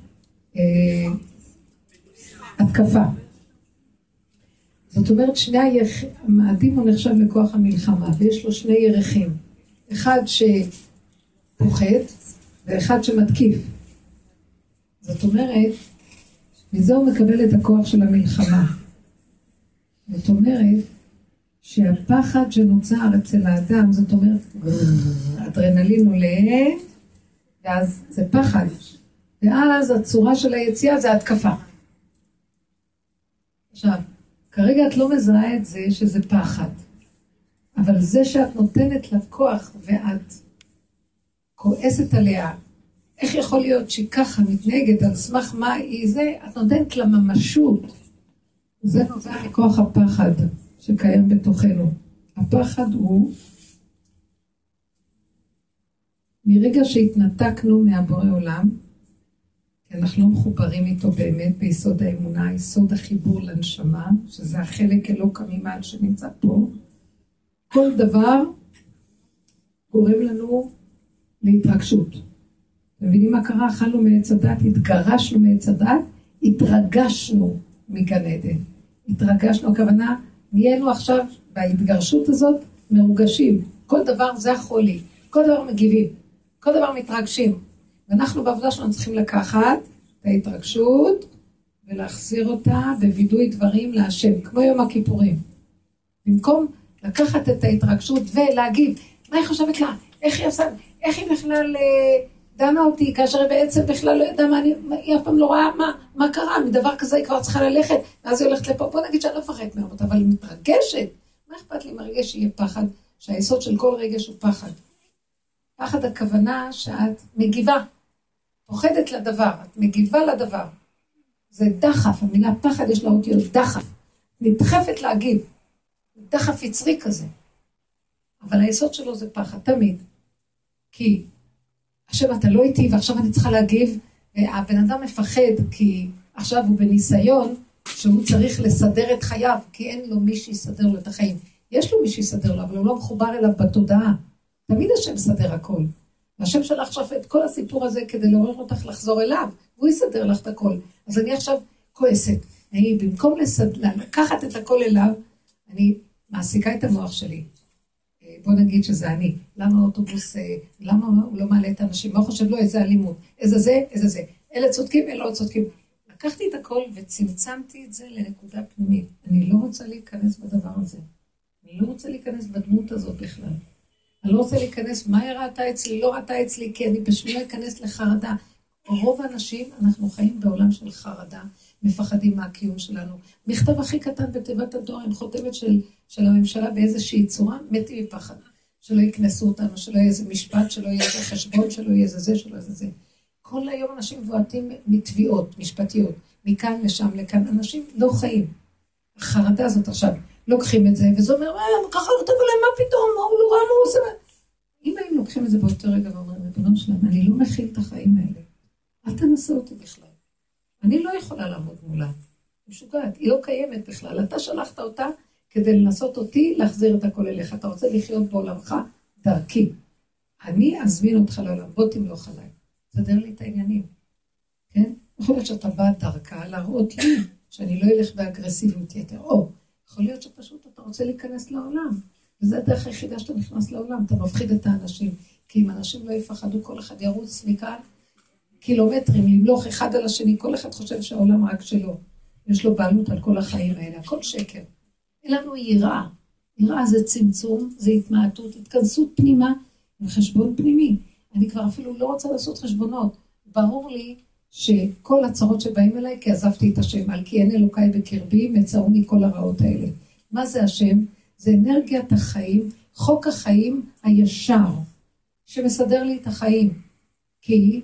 התקפה. זאת אומרת, שני המאדים הוא נחשב לכוח המלחמה, ויש לו שני ירחים. אחד שפוחד, ואחד שמתקיף. זאת אומרת, מזה הוא מקבל את הכוח של המלחמה. זאת אומרת, שהפחד שנוצר אצל האדם, זאת אומרת, אדרנלין עולה, ואז זה פחד. ואז הצורה של היציאה זה התקפה. עכשיו, כרגע את לא מזהה את זה שזה פחד, אבל זה שאת נותנת לה כוח ואת כועסת עליה, איך יכול להיות שהיא ככה מתנהגת על סמך מה היא זה, את נותנת לה ממשות. זה נובע מכוח הפחד שקיים בתוכנו. הפחד הוא מרגע שהתנתקנו מהבורא עולם, כי אנחנו לא מחוברים איתו באמת ביסוד האמונה, יסוד החיבור לנשמה, שזה החלק אלוקא ממעל שנמצא פה. כל דבר גורם לנו להתרגשות. אתם מבינים מה קרה? אכלנו מעץ הדת, התגרשנו מעץ הדת, התרגשנו מגן עדן. התרגשנו, הכוונה, נהיינו עכשיו בהתגרשות הזאת מרוגשים. כל דבר זה החולי, כל דבר מגיבים, כל דבר מתרגשים. ואנחנו בעבודה שלנו צריכים לקחת את ההתרגשות ולהחזיר אותה בווידוי דברים להשם, כמו יום הכיפורים. במקום לקחת את ההתרגשות ולהגיב, מה היא חושבת לה? איך היא עושה? איך היא בכלל דנה אותי, כאשר היא בעצם בכלל לא ידעה מה היא אף פעם לא רואה מה קרה, מדבר כזה היא כבר צריכה ללכת, ואז היא הולכת לפה, בוא נגיד שאני לא מפחדת מהמות, אבל היא מתרגשת. מה אכפת לי מרגש שיהיה פחד, שהיסוד של כל רגש הוא פחד. פחד הכוונה שאת מגיבה, פוחדת לדבר, את מגיבה לדבר. זה דחף, המילה פחד יש לה אותיות דחף, נדחפת להגיב, דחף יצרי כזה. אבל היסוד שלו זה פחד, תמיד. כי עכשיו אתה לא איתי ועכשיו אני צריכה להגיב, והבן אדם מפחד כי עכשיו הוא בניסיון שהוא צריך לסדר את חייו, כי אין לו מי שיסדר לו את החיים. יש לו מי שיסדר לו, אבל הוא לא מחובר אליו בתודעה. תמיד השם מסדר הכל. והשם שלך עכשיו את כל הסיפור הזה כדי לעורר אותך לחזור אליו, והוא יסדר לך את הכל. אז אני עכשיו כועסת. אני במקום לקחת את הכל אליו, אני מעסיקה את המוח שלי. בוא נגיד שזה אני. למה האוטובוס, למה הוא לא מעלה את האנשים? מה חושב לו? איזה אלימות? איזה זה? איזה זה? אלה צודקים, אלה לא צודקים. לקחתי את הכל וצמצמתי את זה לנקודה פנימית. אני לא רוצה להיכנס בדבר הזה. אני לא רוצה להיכנס בדמות הזאת בכלל. אני לא רוצה להיכנס, מה היא ראתה אצלי? לא ראתה אצלי, כי אני פשוט לא אכנס לחרדה. רוב האנשים, אנחנו חיים בעולם של חרדה, מפחדים מהקיום שלנו. מכתב הכי קטן בתיבת הדואר, עם חותמת של הממשלה באיזושהי צורה, מתי מפחד. שלא יקנסו אותנו, שלא יהיה איזה משפט, שלא יהיה איזה חשבון, שלא יהיה איזה זה, שלא יהיה איזה זה. כל היום אנשים מבועטים מתביעות משפטיות, מכאן לשם לכאן, אנשים לא חיים. החרדה הזאת עכשיו, לוקחים את זה, וזה אומר, ככה לא תבוא להם, מה פתאום, מה הוא לא רע, מה הוא עושה? אם הם לוקחים את זה באותו רגע ואומרים, ריבונו שלהם, אני לא מכיל את החיים האלה. אל תנסה אותי בכלל. אני לא יכולה לעמוד מולה. משוגעת, היא לא קיימת בכלל. אתה שלחת אותה כדי לנסות אותי להחזיר את הכל אליך. אתה רוצה לחיות בעולמך דרכי. אני אזמין אותך לעולם, בוא תמלוך עליי. תסדר לי את העניינים. כן? יכול להיות שאתה בא דרכה להראות לי שאני לא אלך באגרסיביות יתר. או, יכול להיות שפשוט אתה רוצה להיכנס לעולם. וזה הדרך היחידה שאתה נכנס לעולם. אתה מפחיד את האנשים. כי אם אנשים לא יפחדו, כל אחד ירוץ מכאן קילומטרים, למלוך אחד על השני. כל אחד חושב שהעולם רק שלו. יש לו בעלות על כל החיים האלה. הכל שקר. אין לנו יראה. יראה זה צמצום, זה התמעטות, התכנסות פנימה, וחשבון פנימי. אני כבר אפילו לא רוצה לעשות חשבונות. ברור לי שכל הצרות שבאים אליי, כי עזבתי את השם, על כי אין אלוקיי בקרבי, מצאוני כל הרעות האלה. מה זה השם? זה אנרגיית החיים, חוק החיים הישר, שמסדר לי את החיים. כי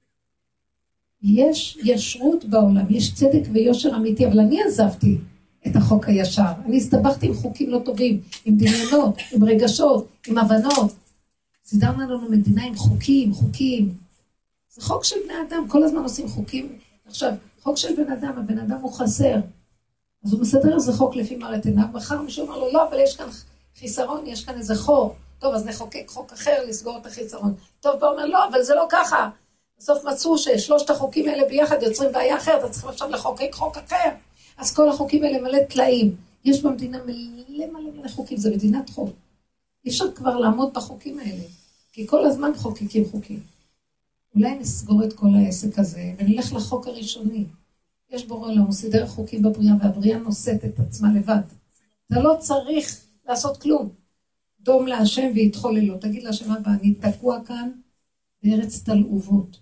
יש ישרות בעולם, יש צדק ויושר אמיתי, אבל אני עזבתי את החוק הישר. אני הסתבכתי עם חוקים לא טובים, עם דמיונות, עם רגשות, עם הבנות. סידרנו לנו מדינה עם חוקים. זה חוק של בני אדם, כל הזמן עושים חוקים. עכשיו, חוק של בן אדם, הבן אדם הוא חסר. אז הוא מסדר איזה חוק לפי מראה עיניו, מחר מישהו אומר לו, לא, אבל יש כאן חיסרון, יש כאן איזה חור. טוב, אז נחוקק חוק אחר לסגור את החיסרון. טוב, בא אומר, לא, אבל זה לא ככה. בסוף מצאו ששלושת החוקים האלה ביחד יוצרים בעיה אחרת, אז צריכים עכשיו לחוקק חוק אחר. אז כל החוקים האלה מלא תלאים. יש במדינה מלא חוקים, זה מדינת חוק. אי אפשר כבר לעמוד בחוקים האלה, כי כל הזמן חוקים. אולי נסגור את כל העסק הזה, ונלך לחוק הראשוני. יש בורא עולם, הוא סידר חוקים בבריאה, והבריאה נושאת את עצמה לבד. אתה לא צריך לעשות כלום. דום להשם ויתחוללו. תגיד להשם הבא, אני תקוע כאן בארץ תלעובות.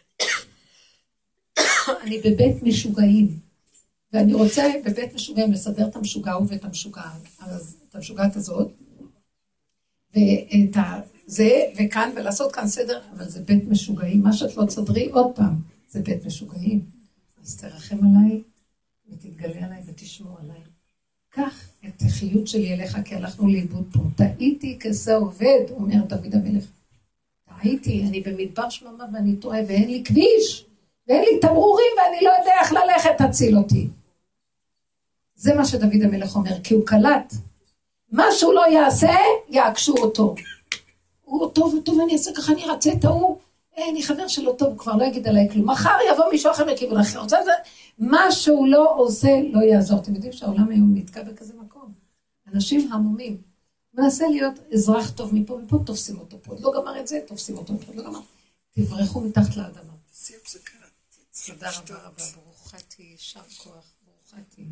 אני בבית משוגעים. ואני רוצה בבית משוגעים לסדר את המשוגע ואת המשוגעת הזאת. ואת זה וכאן, ולעשות כאן סדר, אבל זה בית משוגעים. מה שאת לא תסדרי עוד פעם, זה בית משוגעים. אז תרחם עליי, ותתגלה עליי ותשמור עליי. קח את החיות שלי אליך, כי הלכנו לאיבוד פה. טעיתי כזה עובד, אומר דוד המלך. טעיתי, אני במדבר שממה ואני טועה, ואין לי כביש, ואין לי תמרורים, ואני לא יודע איך ללכת, תציל אותי. זה מה שדוד המלך אומר, כי הוא קלט. מה שהוא לא יעשה, יעקשו אותו. הוא טוב, אני אעשה ככה, אני רצה את ההוא, אני חבר שלו טוב, הוא כבר לא יגיד עליי כלום. מחר יבוא מישהו אחר מכיוון אחר. מה שהוא לא עושה, לא יעזור. אתם יודעים שהעולם היום נתקע בכזה מקום. אנשים המומים. מנסה להיות אזרח טוב מפה, ופה תופסים אותו פה. לא גמר את זה, תופסים אותו פה. לא גמר. תברחו מתחת לאדמה. תודה רבה, ברוכתי, יישר כוח, ברוכתי.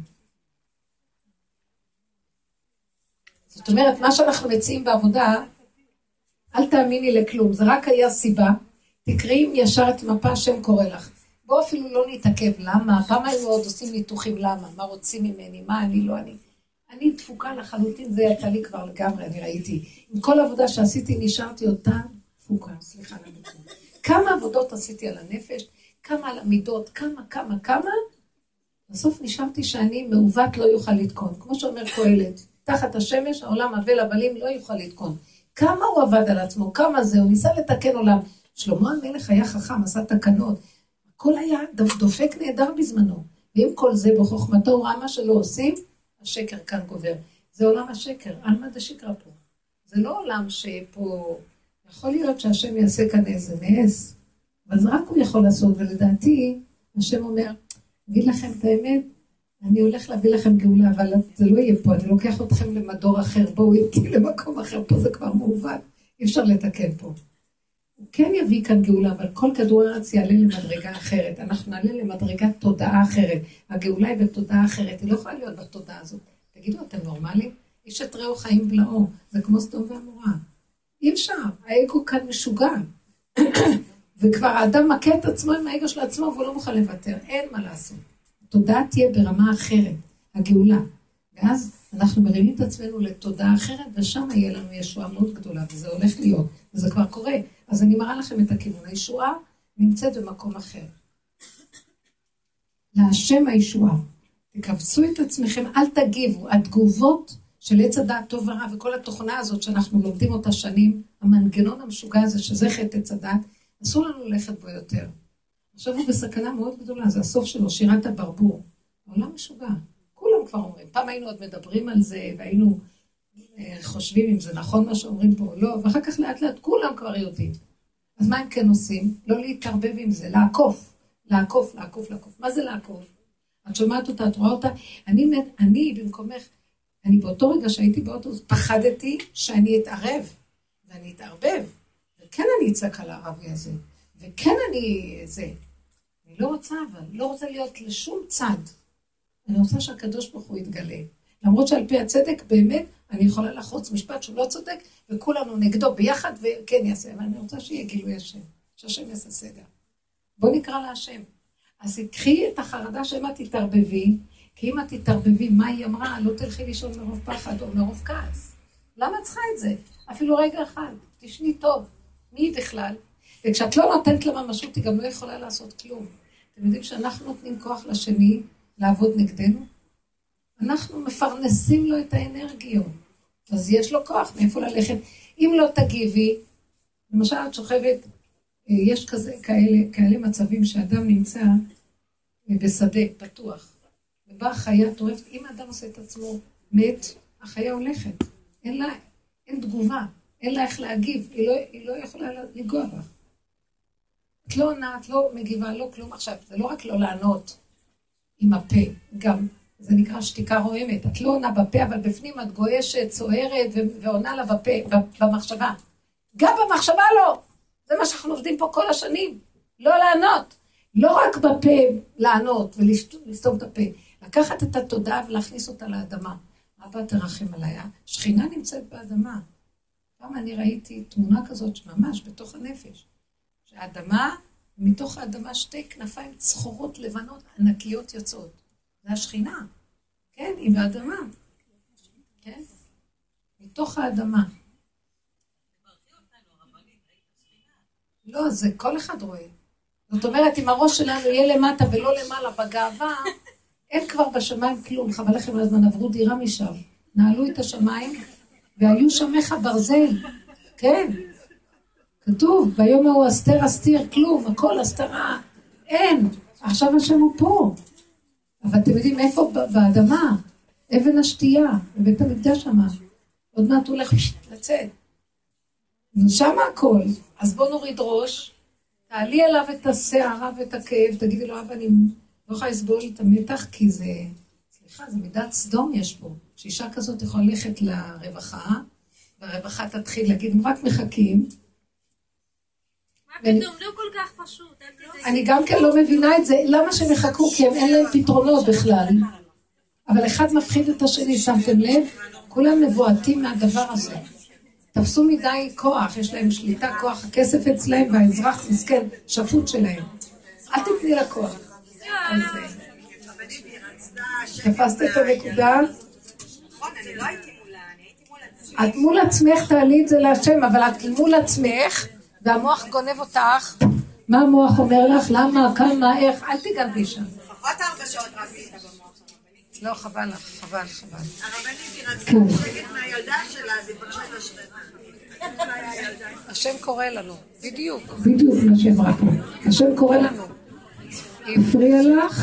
זאת אומרת, מה שאנחנו מציעים בעבודה, אל תאמיני לכלום, זה רק היה סיבה, תקראי ישר את מפה השם קורא לך. בוא אפילו לא נתעכב, למה? פעם היינו עוד עושים ניתוחים, למה? מה רוצים ממני? מה אני לא אני? אני דפוקה לחלוטין, זה יצא לי כבר לגמרי, אני ראיתי. עם כל עבודה שעשיתי, נשארתי אותה דפוקה, סליחה לביטוי. כמה עבודות עשיתי על הנפש, כמה על המידות, כמה, בסוף נשארתי שאני מעוות לא יוכל לתקון. כמו שאומר קהלת, תחת השמש, העולם אבל הבלים לא יוכל לתקון. כמה הוא עבד על עצמו, כמה זה, הוא ניסה לתקן עולם. שלמה המלך היה חכם, עשה תקנות. הכל היה דופק נהדר בזמנו. ועם כל זה בחוכמתו הוא ראה מה שלא עושים, השקר כאן גובר. זה עולם השקר, על מה זה שקרה פה? זה לא עולם שפה, יכול להיות שהשם יעשה כאן איזה נס, אבל רק הוא יכול לעשות, ולדעתי, השם אומר, אגיד לכם את האמת, אני הולך להביא לכם גאולה, אבל זה לא יהיה פה, אני לוקח אתכם למדור אחר, בואו איתי למקום אחר, פה זה כבר מעוות, אי אפשר לתקן פה. הוא כן יביא כאן גאולה, אבל כל כדור הארץ יעלה למדרגה אחרת, אנחנו נעלה למדרגת תודעה אחרת, הגאולה היא בתודעה אחרת, היא לא יכולה להיות בתודעה הזאת. תגידו, אתם נורמלים? איש את ראו חיים בלעו, זה כמו סדום ועמורה. אי אפשר, האגו כאן משוגע, וכבר האדם מכה את עצמו עם האגו של עצמו, והוא לא מוכן לוותר, אין מה לעשות. התודעה תהיה ברמה אחרת, הגאולה. ואז אנחנו מרימים את עצמנו לתודעה אחרת, ושם יהיה לנו ישועה מאוד גדולה, וזה הולך להיות, וזה כבר קורה. אז אני מראה לכם את הכיוון. הישועה נמצאת במקום אחר. להשם הישועה. תקבצו את עצמכם, אל תגיבו. התגובות של עץ הדעת טוב ורע, וכל התוכנה הזאת שאנחנו לומדים אותה שנים, המנגנון המשוגע הזה, שזה חטא עץ הדעת, אסור לנו ללכת בו יותר. עכשיו הוא בסכנה מאוד גדולה, זה הסוף שלו, שירת הברבור. העולם משוגע. כולם כבר אומרים. פעם היינו עוד מדברים על זה, והיינו חושבים אם זה נכון מה שאומרים פה או לא, ואחר כך לאט לאט כולם כבר יודעים. אז מה הם כן עושים? לא להתערבב עם זה, לעקוף. מה זה לעקוף? את שומעת אותה, את רואה אותה? אני במקומך, אני באותו רגע שהייתי באוטובוס, פחדתי שאני אתערב, ואני אתערבב, וכן אני אצעק על הערבי הזה, וכן אני לא רוצה, אבל לא רוצה להיות לשום צד. אני רוצה שהקדוש ברוך הוא יתגלה. למרות שעל פי הצדק באמת אני יכולה לחוץ משפט שהוא לא צודק, וכולנו נגדו ביחד וכן יעשה, אבל אני רוצה שיהיה גילוי השם, שהשם יעשה סדר. בוא נקרא להשם. אז קחי את החרדה שמה תתערבבי, כי אם את תתערבבי, מה היא אמרה? לא תלכי לישון מרוב פחד או מרוב כעס. למה צריכה את זה? אפילו רגע אחד, תשני טוב. מי בכלל? וכשאת לא נותנת לה ממשות, היא גם לא יכולה לעשות כלום. אתם יודעים שאנחנו נותנים כוח לשני לעבוד נגדנו? אנחנו מפרנסים לו את האנרגיות. אז יש לו כוח, מאיפה ללכת? אם לא תגיבי, למשל את שוכבת, יש כאלה מצבים שאדם נמצא בשדה פתוח, ובאה חיה טורפת, אם האדם עושה את עצמו מת, החיה הולכת. אין תגובה, אין לה איך להגיב, היא לא יכולה לגוע בה. את לא עונה, את לא מגיבה, לא כלום. עכשיו, זה לא רק לא לענות עם הפה, גם זה נקרא שתיקה רועמת. את לא עונה בפה, אבל בפנים את גועשת, צוערת ועונה לה בפה, במחשבה. גם במחשבה לא. זה מה שאנחנו עובדים פה כל השנים. לא לענות. לא רק בפה לענות ולסתום את הפה. לקחת את התודעה ולהכניס אותה לאדמה. אבא תרחם עליה. שכינה נמצאת באדמה. פעם אני ראיתי תמונה כזאת שממש בתוך הנפש. שהאדמה, מתוך האדמה שתי כנפיים צחורות לבנות ענקיות יוצאות. זה השכינה. כן, היא באדמה. כן? מתוך האדמה. לא, זה כל אחד רואה. זאת אומרת, אם הראש שלנו יהיה למטה ולא למעלה בגאווה, אין כבר בשמיים כלום. חבל לכם על הזמן, עברו דירה משם. נעלו את השמיים, והיו שמך ברזל. כן. כתוב, ביום ההוא אסתר אסתיר כלום, הכל הסתרה. אין. עכשיו השם הוא פה. אבל אתם יודעים איפה באדמה? אבן השתייה, בבית המקדש שמה. עוד מעט הוא הולך לצאת. ושם הכל. אז בוא נוריד ראש, תעלי אליו את השערה ואת הכאב, תגידי לו, אבא, אני לא יכולה לסבול את המתח, כי זה, סליחה, זה מידת סדום יש פה. שאישה כזאת יכולה ללכת לרווחה, והרווחה תתחיל להגיד, הם רק מחכים. מה פתאום, לא כל כך פשוט. אני גם כן לא מבינה את זה, למה שהם יחכו? כי הם אין להם פתרונות בכלל. אבל אחד מפחיד את השני, שמתם לב? כולם מבועטים מהדבר הזה. תפסו מדי כוח, יש להם שליטה, כוח, הכסף אצלהם, והאזרח מסכן, שפוט שלהם. אל תתני לה כוח. תפסת את הנקודה? נכון, אני לא הייתי מולה, אני הייתי מול עצמי. את מול עצמך תעלי את זה להשם, אבל את מול עצמך, והמוח גונב אותך. מה המוח אומר לך? למה? כמה? איך? אל תיגנבי שם. לפחות 4 שעות רבי איתה במוח שם. לא, חבל לך, חבל. הרבנית היא רצתה שתגיד מהילדה שלה, זה פרשת לשכנה. השם קורא לנו, בדיוק מה שאמרה פה. השם קורא לנו. הפריע לך?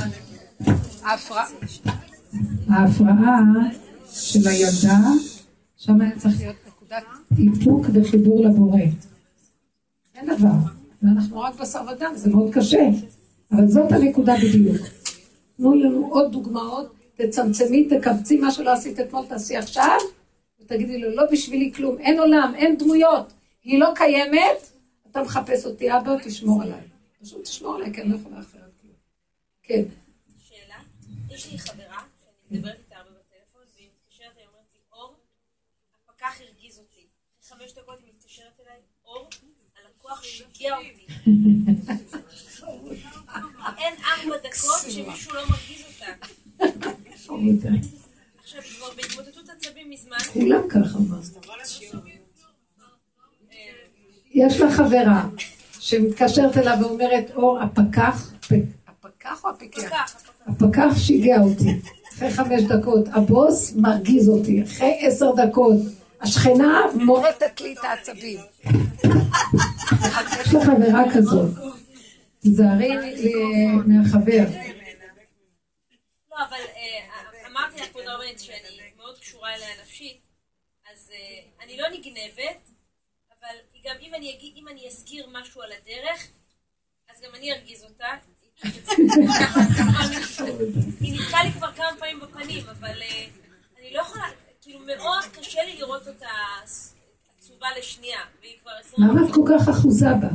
ההפרעה של הילדה, שם היה צריך להיות נקודת איפוק וחיבור לבורא. אין דבר. ואנחנו רק בשר ודם, זה מאוד קשה. אבל זאת הנקודה בדיוק. תנו לנו עוד דוגמאות, תצמצמי, תקבצי מה שלא עשית אתמול, תעשי עכשיו, ותגידי לו, לא בשבילי כלום, אין עולם, אין דמויות, היא לא קיימת, אתה מחפש אותי, אבא, תשמור עליי. פשוט תשמור עליי, כי אני לא יכולה אחרת כלום. כן. שאלה, יש לי חברה, שאני מדברת איתה הרבה בטלפון, והיא מתקשרת, היא אומרת לי, אור, הפקח הרגיז אותי. 5 דקות היא מתקשרת אליי, אור, הלקוח שיגע אותי. אין 4 דקות שמישהו לא מרגיז אותה. עכשיו, כבר בהתמוטטות עצבים מזמן. כולם ככה מה. יש לה חברה שמתקשרת אליו ואומרת, אור, הפקח או הפיקח? הפקח שיגע אותי. אחרי 5 דקות, הבוס מרגיז אותי. אחרי 10 דקות, השכנה מורטת לי את העצבים. יש לה חברה כזאת. תזהרי מהחבר. לא, אבל אמרתי לך, כבוד הרבנית, שאני מאוד קשורה אליה נפשית, אז אני לא נגנבת, אבל גם אם אני אזכיר משהו על הדרך, אז גם אני ארגיז אותה. היא נתקעה לי כבר כמה פעמים בפנים, אבל אני לא יכולה, כאילו מאוד קשה לי לראות אותה עצובה לשנייה, והיא כבר 20... למה את כל כך אחוזה בה?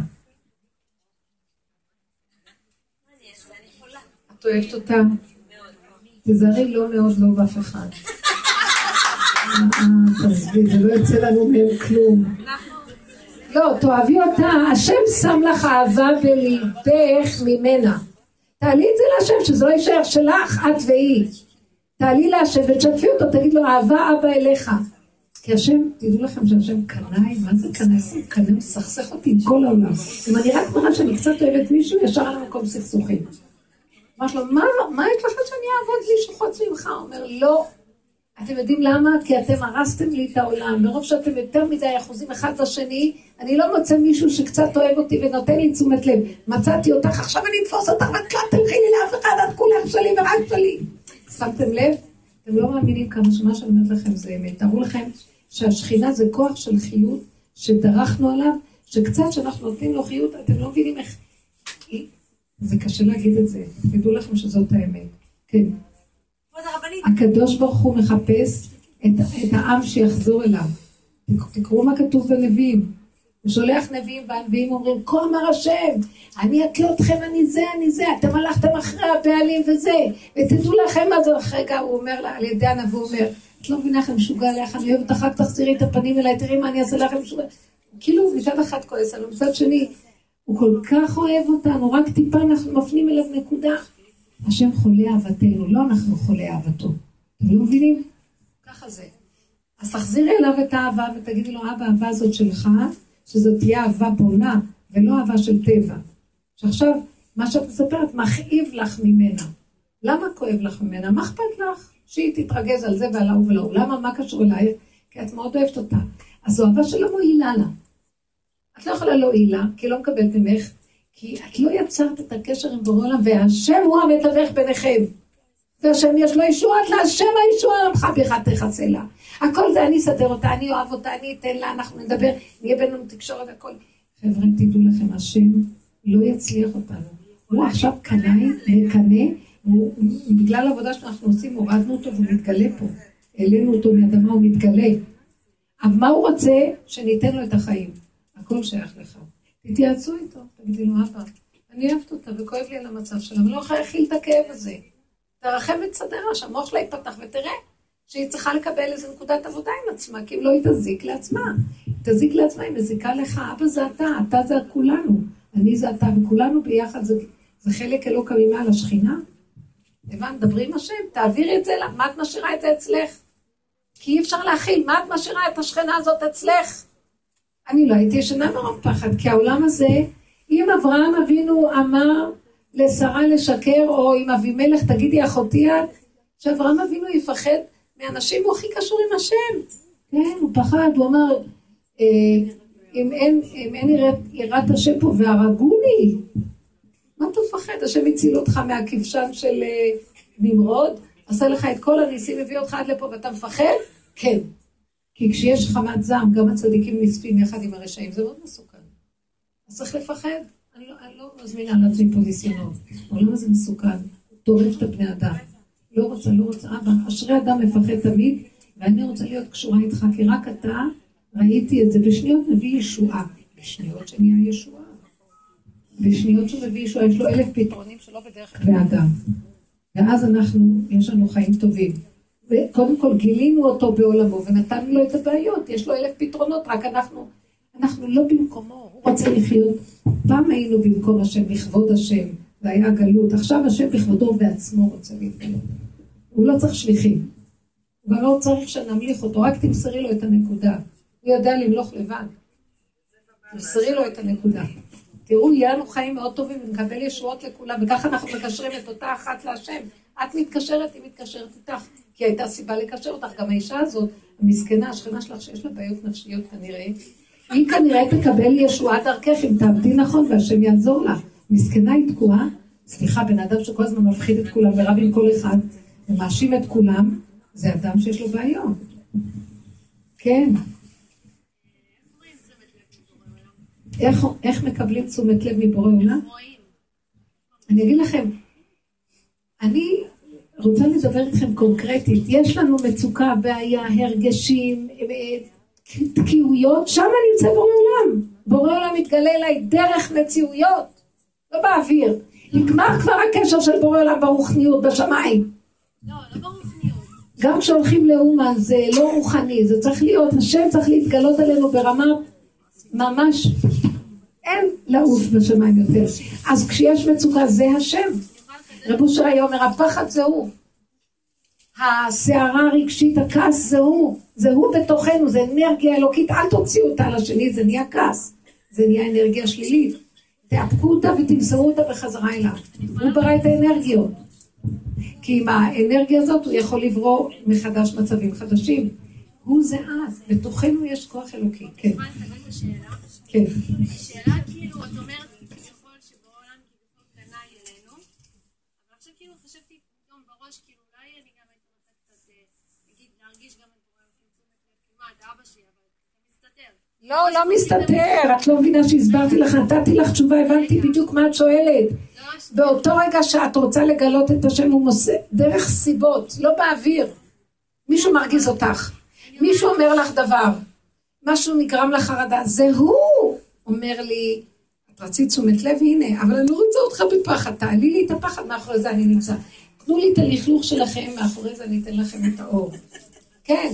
אני יכולה. את אוהבת אותה? תזהרי לא מאוד לא באף אחד. תעזבי, זה לא יוצא לנו מהם כלום. לא, תאהבי אותה, השם שם לך אהבה בליבך ממנה. תעלי את זה להשם, שזה לא יישאר שלך, את והיא. תעלי להשם ותשתפי אותו, תגיד לו, אהבה אבא אליך. כי השם, תדעו לכם שהשם קנאי, מה זה קנאי? הוא קנאי, הוא סכסך אותי עם כל העולם. אם אני רק מראה שאני קצת אוהבת מישהו, ישר על המקום סכסוכים. אמרת לו, מה יש לך שאני אעבוד מישהו חוץ ממך? הוא אומר, לא. אתם יודעים למה? כי אתם הרסתם לי את העולם. מרוב שאתם יותר מדי אחוזים אחד לשני, אני לא מוצא מישהו שקצת אוהב אותי ונותן לי תשומת לב. מצאתי אותך, עכשיו אני אתפוס אותך, ואת לא תלכי לי לאף אחד, את כולך שלי ורק שלי. שמתם לב? אתם לא מאמינים כמה שמה שאני אומרת לכם זה אמת. תראו לכם שהשכינה זה כוח של חיות שדרכנו עליו, שקצת שאנחנו נותנים לו חיות, אתם לא מבינים איך... זה קשה להגיד את זה. תדעו לכם שזאת האמת. כן. הקדוש ברוך הוא מחפש את העם שיחזור אליו. תקראו מה כתוב בנביאים. הוא שולח נביאים והנביאים אומרים, כה אמר השם, אני אכה אתכם, אני זה, אתם הלכתם אחרי הבעלים וזה, ותדעו לכם מה זה. רגע, הוא אומר לה, על ידי הנביא, הוא אומר, את לא מבינה לכם משוגע עליך, אני אוהבת אחר כך תחזירי את הפנים אליי, תראי מה אני אעשה לכם משוגע. כאילו מצד אחד כועס, אבל מצד שני, הוא כל כך אוהב אותנו, רק טיפה אנחנו מפנים אליו נקודה. השם חולה אהבתנו, לא אנחנו חולה אהבתו. אתם לא מבינים? ככה זה. אז תחזירי אליו את האהבה ותגידי לו, אבא, האהבה הזאת שלך, שזאת תהיה אהבה בונה, ולא אהבה של טבע. שעכשיו, מה שאת מספרת, מכאיב לך ממנה. למה כואב לך ממנה? מה אכפת לך? שהיא תתרגז על זה ועל ההוא ולהוא. למה? מה קשור אלייך? כי את מאוד אוהבת אותה. אז זו אהבה שלא מועילה לה. את לא יכולה להועיל לה, כי היא לא מקבלת ממך, כי את לא יצרת את הקשר עם בורא עולם, והשם הוא המתווך ביניכם. והשם יש לו ישועת לה, השם הישועה עמך בך תחסה לה. הכל זה אני אסדר אותה, אני אוהב אותה, אני אתן לה, אנחנו נדבר, נהיה בינינו תקשורת הכל. חבר'ה, תדעו לכם, השם לא יצליח אותנו. הוא עכשיו קנאי, מקנה, בגלל העבודה שאנחנו עושים, הורדנו אותו והוא מתגלה פה. העלינו אותו מאדמה, הוא מתגלה. אבל מה הוא רוצה? שניתן לו את החיים. הכל שייך לך. תתייעצו איתו, תגידי לו, אבא, אני אוהבת אותה וכואב לי על המצב שלה, אבל לא יכולה להכיל את הכאב הזה. תרחם ותסדרה, שהמוח שלה ייפתח ותראה שהיא צריכה לקבל איזו נקודת עבודה עם עצמה, כי אם לא היא תזיק לעצמה. היא תזיק לעצמה, היא מזיקה לך, אבא זה אתה זה כולנו, אני זה אתה, וכולנו ביחד, זה חלק אלוקא ממעל השכינה. הבנת, דברי עם השם, תעבירי את זה, מה את משאירה את זה אצלך? כי אי אפשר להכיל, מה את משאירה את השכינה הזאת אצלך? אני לא הייתי ישנה מרוב פחד, כי העולם הזה, אם אברהם אבינו אמר לשרה לשקר, או אם אבימלך תגידי אחותי את, שאברהם אבינו יפחד מאנשים, הוא הכי קשור עם השם. כן, הוא פחד, הוא אמר, אם אין יראת השם פה והרגוני, מה אתה מפחד? השם הציל אותך מהכבשן של נמרוד, עשה לך את כל הניסים, הביא אותך עד לפה ואתה מפחד? כן. כי כשיש חמת זעם, גם הצדיקים נספים יחד עם הרשעים, זה מאוד מסוכן. אז צריך לפחד. אני לא מזמינה לעצמי פה ניסיונות. העולם הזה מסוכן, טורף את הבני אדם. לא רוצה, אבא, אשרי אדם מפחד תמיד, ואני רוצה להיות קשורה איתך, כי רק אתה ראיתי את זה. בשניות מביא ישועה. בשניות שנהיה ישועה. בשניות שמביא ישועה, יש לו 1000 פתרונים שלא בדרך כלל האדם. ואז יש לנו חיים טובים. וקודם כל גילינו אותו בעולמו, ונתנו לו את הבעיות. יש לו 1000 פתרונות, רק אנחנו לא במקומו. הוא רוצה לחיות. פעם היינו במקום השם, לכבוד השם, והיה גלות. עכשיו השם בכבודו בעצמו רוצה להתגלות. הוא לא צריך שליחים. הוא לא צריך שנמליך אותו, רק תמסרי לו את הנקודה. הוא יודע למלוך לבד. תמסרי לו את הנקודה. תראו, יהיה לנו חיים מאוד טובים, ונקבל ישועות לכולם, וככה אנחנו מקשרים את אותה אחת להשם. את מתקשרת, היא מתקשרת איתך, כי הייתה סיבה לקשר אותך. גם האישה הזאת, המסכנה, השכנה שלך, שיש לה בעיות נפשיות כנראה, היא כנראה תקבל ישועה דרכך, אם תעבדי נכון, והשם יעזור לה. מסכנה היא תקועה, סליחה, בן אדם שכל הזמן מפחיד את כולם, ורב עם כל אחד, ומאשים את כולם, זה אדם שיש לו בעיות. כן. איך מקבלים תשומת לב מבורא עולם? אני אגיד לכם, אני רוצה לדבר איתכם קונקרטית. יש לנו מצוקה, בעיה, הרגשים, תקיעויות, שם נמצא בורא עולם. בורא עולם מתגלה אליי דרך מציאויות, לא באוויר. נגמר כבר הקשר של בורא עולם ברוחניות, בשמיים. לא ברוחניות. גם כשהולכים לאומן זה לא רוחני, זה צריך להיות, השם צריך להתגלות עלינו ברמה ממש, אין לעוף בשמיים יותר. אז כשיש מצוקה זה השם. אני יכולה רב אושר היה אומר, הפחד זה הוא. הסערה הרגשית, הכעס זה הוא. זה הוא בתוכנו, זה אנרגיה אלוקית, אל תוציאו אותה על השני, זה נהיה כעס. זה נהיה אנרגיה שלילית. תאפקו אותה ותמסרו אותה בחזרה אליו. הוא ברא את האנרגיות. כי עם האנרגיה הזאת הוא יכול לברוא מחדש מצבים חדשים. הוא זה אז, בתוכנו יש כוח אלוקי. כן. כן. השאלה כאילו, את אומרת, ככל שבעולם כביכול קנה אלינו, אבל עכשיו כאילו חשבתי פתאום בראש, כאילו אולי אני גם הייתי רוצה קצת, נגיד, להרגיש גם את בורא כמעט, אבא שלי, אבל אתה מסתתר. לא מסתתר, את לא מבינה שהסברתי לך, נתתי לך תשובה, הבנתי בדיוק מה את שואלת. באותו רגע שאת רוצה לגלות את השם, הוא מוסר דרך סיבות, לא באוויר. מישהו מרגיז אותך, מישהו אומר לך דבר, משהו נגרם לחרדה, זה הוא אומר לי, את רצית תשומת לב, הנה, אבל אני לא רוצה אותך בפחד, תעלי לי את הפחד, מאחורי זה אני נמצא. תנו לי את הלכלוך שלכם, מאחורי זה אני אתן לכם את האור. כן.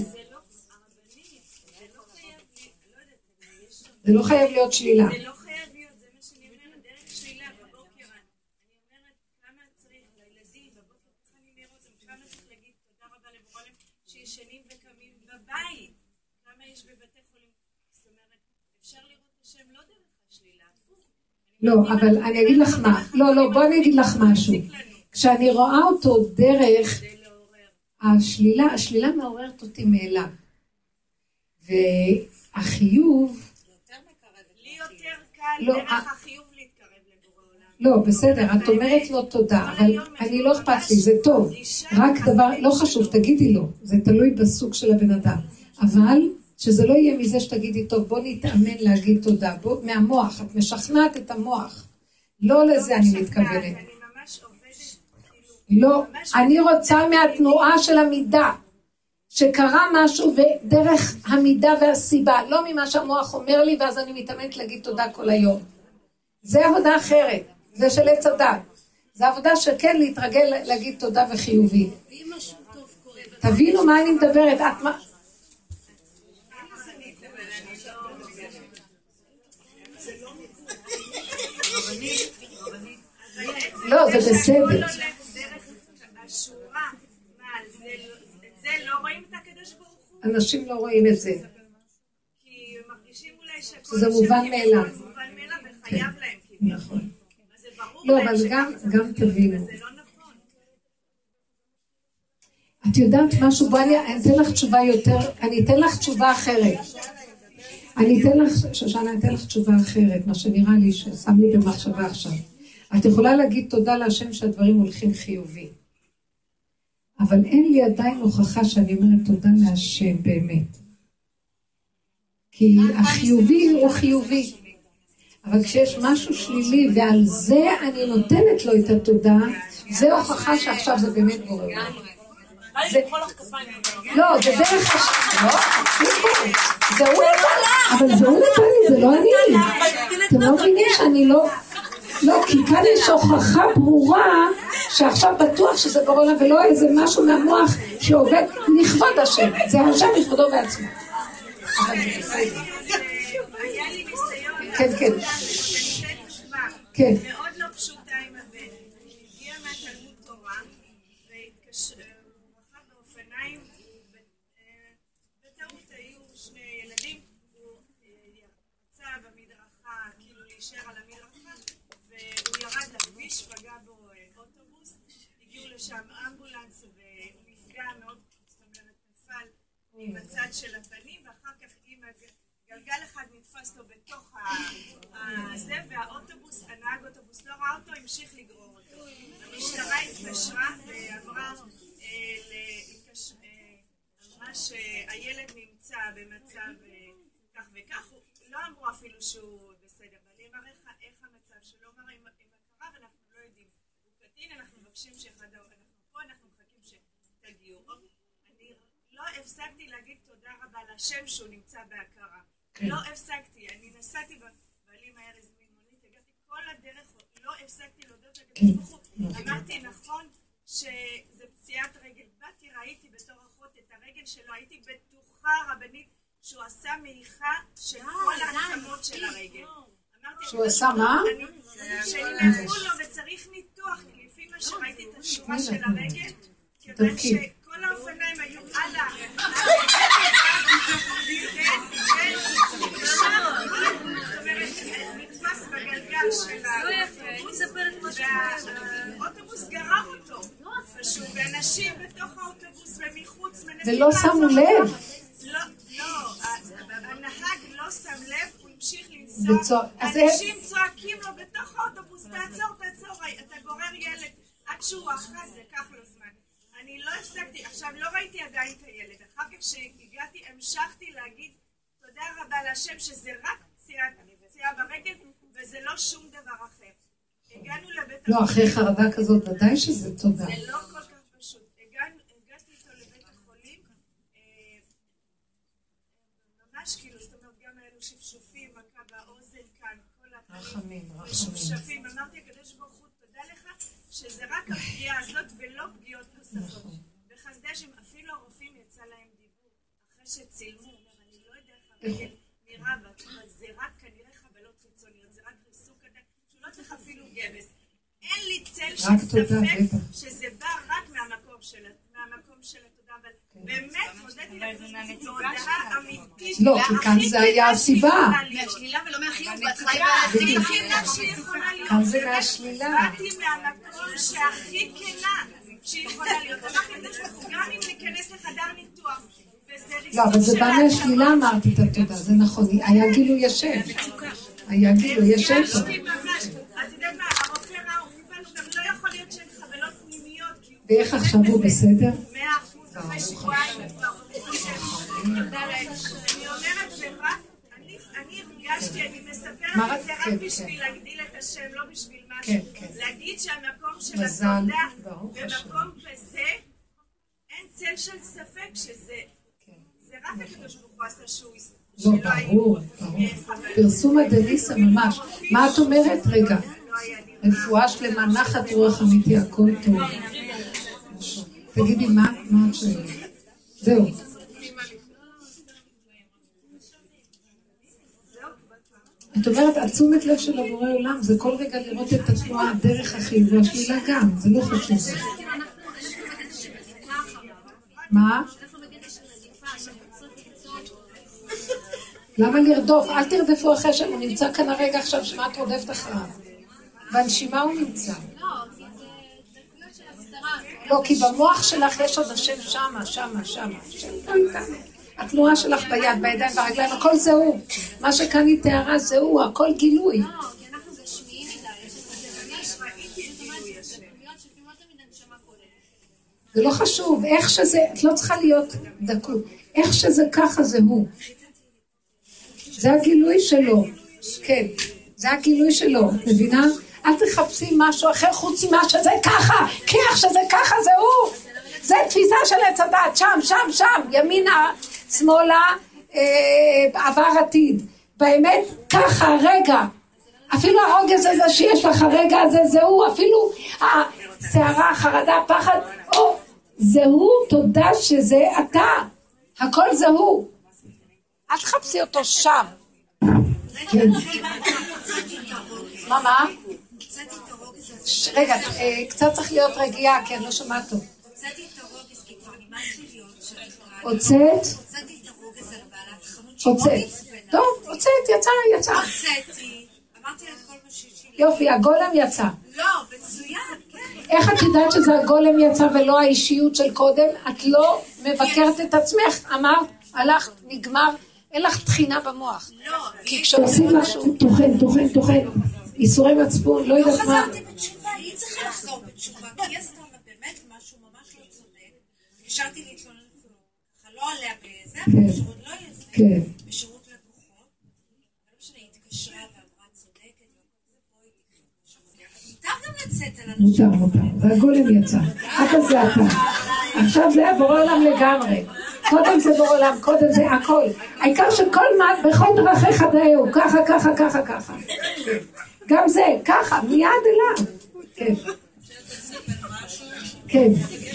זה לא חייב להיות שלילה. זה לא חייב להיות, זה מה שאני אומרת, דרך שלילה בבוקר. אני אומרת, כמה צריך לילדים, בבוקר צריכים לראות אותם, כמה צריך להגיד תודה רבה לבורא שישנים וקמים בבית. כמה יש בבתי חולים. זאת אומרת, אפשר לראות את השם לא דרך השלילה. לא, אבל אני אגיד לך מה. לא, בוא אני אגיד לך משהו. כשאני רואה אותו דרך השלילה מעוררת אותי מאליו. והחיוב דרך החיוב להתקרב לבורא לא, עולם. בסדר, את אומרת לו תודה, אבל אני לא אכפת לי, זה טוב. רק דבר, לא חשוב, תגידי לו, זה תלוי בסוג של הבן אדם. אבל שזה לא יהיה מזה שתגידי, טוב, בוא נתאמן להגיד תודה, מהמוח, את משכנעת את המוח. לא לזה אני מתכוונת. אני ממש עובדת, לא, אני רוצה מהתנועה של המידה. שקרה משהו ודרך המידה והסיבה, לא ממה שהמוח אומר לי, ואז אני מתאמנת להגיד תודה כל היום. זה עבודה אחרת, זה של עץ הדת. זה עבודה שכן להתרגל להגיד תודה וחיובי. תבינו מה אני מדברת, את מה... לא, זה בסדר. אנשים לא רואים את זה. כי מרגישים אולי שהכל זה מובן מאליו. זה מובן מאליו וחייב להם. נכון. לא, אבל גם תבינו. זה לא נכון. את יודעת משהו? בואי אני אתן לך תשובה יותר, אני אתן לך תשובה אחרת. אני אתן לך, שושנה, אני אתן לך תשובה אחרת, מה שנראה לי ששם לי במחשבה עכשיו. את יכולה להגיד תודה להשם שהדברים הולכים חיובי. אבל אין לי עדיין הוכחה שאני אומרת תודה להשם באמת. כי החיובי הוא חיובי. אבל כשיש משהו שלילי ועל זה אני נותנת לו את התודה, זה הוכחה שעכשיו זה באמת בורא. לא, זה דרך זה הוא נתן, אבל זה הוא נתן לי, זה לא אני. אתם לא מבינים שאני לא... לא, כי כאן יש הוכחה ברורה שעכשיו בטוח שזה ברולה ולא איזה משהו מהמוח שעובד לכבוד השם. זה השם לכבודו בעצמו. אבל זה בסדר. היה לי ניסיון. כן. כן. מאוד לא פשוטה עם הבן. הגיע מהתלמוד תורה והתרחב באופניים. בטעות היו שני ילדים. הוא יצא במדרכה, כאילו להישאר על המדרכה. והוא ירד לכביש, פגע בו אוטובוס, הגיעו לשם אמבולנס והוא נפגע מאוד, זאת אומרת נפל עם הצד של הפנים, ואחר כך עם גלגל אחד נתפס לו בתוך הזה, והאוטובוס, הנהג אוטובוס לא ראה אותו, המשיך לגרור אותו. המשטרה התקשרה ואמרה שהילד נמצא במצב כך וכך, לא אמרו אפילו שהוא בסדר, אבל היא אמרה איך המצב שלו, אמרה אם הקרה ואנחנו לא יודעים, הוא קטין, אנחנו מבקשים אנחנו מחכים שתגיעו. אני לא הפסקתי להגיד תודה רבה לשם שהוא נמצא בהכרה, לא הפסקתי, אני נסעתי בעלי מהר הזמין מונית, הגעתי כל הדרך, לא הפסקתי להודות לקדוש ברוך הוא, אמרתי נכון שזה פציעת רגל, באתי ראיתי בתור אחות את הרגל שלו, הייתי בטוחה רבנית שהוא עשה מעיכה של כל העצמות של הרגל. שהוא עשה מה? שנלכו לו וצריך ניתוח, לפי מה מה שראיתי את השורה של הרגל, כיוון שכל האופניים היו הלאה. נתפס בגלגל של והאוטובוס גרם אותו פשוט, ואנשים בתוך האוטובוס ומחוץ ולא שמו לב. לא, הנהג לא שם לב, הוא המשיך לנסוע, אנשים צועקים לו בתוך האוטובוס, תעצור, אתה גורר ילד, עד שהוא אחרי זה, לקח לו זמן. אני לא הפסקתי, עכשיו לא ראיתי עדיין את הילד, אחר כך כשהגעתי המשכתי להגיד תודה רבה להשם שזה רק פציעה ברגל וזה לא שום דבר אחר. הגענו לבית החולים. לא, אחרי חרדה כזאת ודאי שזה תודה. זה לא כל כך פשוט. הגעתי איתו לבית החולים, ממש כאילו, זאת אומרת גם האלו שפשופים, מכה באוזן כאן, כל רחמים. שפשפים, אמרתי הקדוש ברוך הוא, תודה לך שזה רק הפגיעה הזאת ולא פגיעות נוספות. בחסדי השם, אפילו הרופאים יצא להם דיבור, אחרי שצילמו, אני לא יודע איך הרגל נראה בה, אבל זה רק כנראה חבלות חיצוניות, זה רק ריסוק כזה, שהוא לא צריך אפילו גבס. אין לי צל של ספק שזה בא רק מהמקום של התודה, אבל באמת מודדתי לכם תודה אמיתית. לא, כי כאן זה היה הסיבה. מהשלילה ולא מהחיוב, הכי כנה שיכולה להיות. כאן זה מהשלילה. באתי מהמקום שהכי כנה שיכולה להיות. אמרתי לקדוש ברוך הוא, גם אם ניכנס לחדר ניתוח, לא, אבל זה בא מהשלילה אמרתי את התודה, זה נכון, היה גילוי השם. היה גילוי השם. את יודעת מה, הרופא ראה, הוא גם לא יכול להיות שהן חבלות פנימיות. ואיך עכשיו הוא בסדר? 100% אחרי שבועיים. אני אומרת זה רק, אני הרגשתי, אני מספרת את זה רק בשביל להגדיל את השם, לא בשביל משהו. להגיד שהמקום של התודה, במקום כזה, אין צל של ספק שזה, זה רק הקדוש ברוך הוא עשה שהוא לא, ברור. פרסום הדליסה ממש. מה את אומרת? רגע. רפואה שלמה, נחת רוח אמיתי, הכל טוב. תגידי, מה את שואלת? זהו. את אומרת, עצומת לב של הבורא עולם, זה כל רגע לראות את התנועה, דרך החיוב והשלילה גם, זה לא חשוב. מה? למה לרדוף? אל תרדפו אחרי שם, הוא נמצא כאן הרגע עכשיו שמה את רודפת אחריו. והנשימה הוא נמצא. לא, כי במוח שלך יש עוד השם שמה. השם לא איתנו. התנועה שלך ביד, בידיים, ברגליים, הכל זה הוא. מה שכאן היא תיארה זה הוא, הכל גילוי. לא, כי אנחנו גשמיים מדי. זה לא חשוב, איך שזה, את לא צריכה להיות דקות. איך שזה ככה זה הוא. זה הגילוי שלו. כן, זה הגילוי שלו. מבינה? אל תחפשי משהו אחר חוץ ממה שזה ככה. כי איך שזה ככה זה הוא. זה תפיסה של עץ הדת. שם. ימינה, שמאלה, עבר עתיד. באמת, ככה, רגע. אפילו הרוגז הזה שיש לך הרגע הזה, זה הוא. אפילו השערה, החרדה, פחד. זה הוא, תודה שזה אתה. הכל זה הוא. אל תחפשי אותו שם. כן. מה? רגע, קצת צריך להיות רגיעה, כי אני לא שומעת טוב. הוצאתי את הרוגז, כי כבר נמאס לי להיות שקרה. הוצאת? הוצאתי את הרוגז על בעלת חנות הוצאת. טוב, הוצאת, יצא. הוצאתי, אמרתי לה את כל מה שיש לי. יופי, הגולם יצא. לא, מצוין, כן. איך את יודעת שזה הגולם יצא ולא האישיות של קודם? את לא מבקרת את עצמך, אמרת, הלכת, נגמר, אין לך תחינה במוח. לא. כי כשעושים משהו, טוחן, איסורי מצפון, לא יודעת מה. לא חזרתי בתשובה, היא צריכה לחזור בתשובה, כי היא עשתה באמת משהו ממש לא צודק. נשארתי להתלונן אפילו, לא עליה בזה, אבל בשירות לא יהיה זה. כן. בשירות לקוחות, לא משנה, היא התקשרה ואמרה צודקת, מותר גם לצאת על אנשים. מותר, והגולם יצא. אבל זה אתה. עכשיו זה הבורא עולם לגמרי. קודם זה בורא עולם, קודם זה הכל. העיקר שכל מה, בכל דרכיך דאהו, ככה. גם זה, ככה, מיד אליו. כן.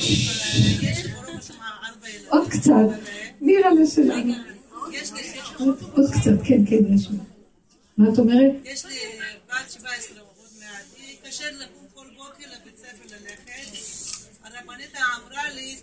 עוד קצת. נראה לשלנו. עוד קצת, כן, יש לי. מה את אומרת? יש לי בת 17 עוד מעט. היא קשה לקום כל בוקר לבית ספר ללכת.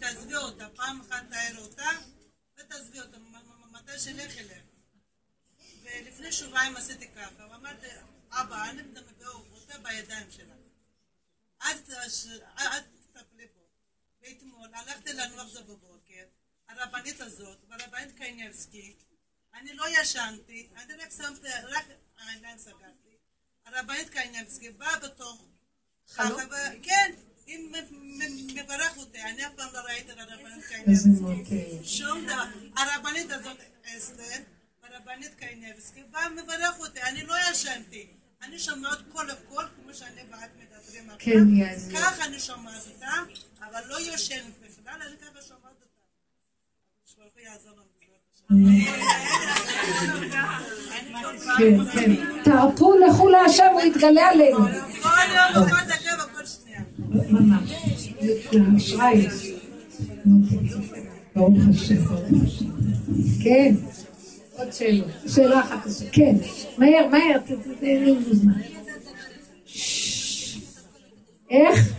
תעזבי אותה, פעם אחת תאר אותה, ותעזבי אותה, מתי שלך אליה. ולפני שבועיים עשיתי ככה, ואמרתי, אבא, אני מדבר אותה בידיים שלה. אל תטפלי בו. ואתמול הלכתי לנוח זה בבוקר, הרבנית הזאת, והרבנית קייניבסקי, אני לא ישנתי, אני רק שמתי, רק העיניים סגרתי. הרבנית קייניבסקי באה בתוך חלום? כן, היא מברך אותי, אני אף פעם לא ראיתי הרבנית קייניבסקי. שום דבר. הרבנית הזאת אסתר, הרבנית קייניבסקי באה מברך אותי, אני לא ישנתי. אני שומעת כל הכל, כמו שאני ואת מדברים עכשיו. כך אני שומעת אותה, אבל לא יושנת בכלל, אני ככה שומעת אותה. שברך יעזור לנו. כן, כן. תרפו לכו להשם, הוא יתגלה עלינו. כל יום, כל דקה וכל שנייה. ממש. אשראי. ברוך השם. כן. עוד שאלה. שאלה אחת כזאת. כן. מהר, מהר. תתן לי מוזמן. איך?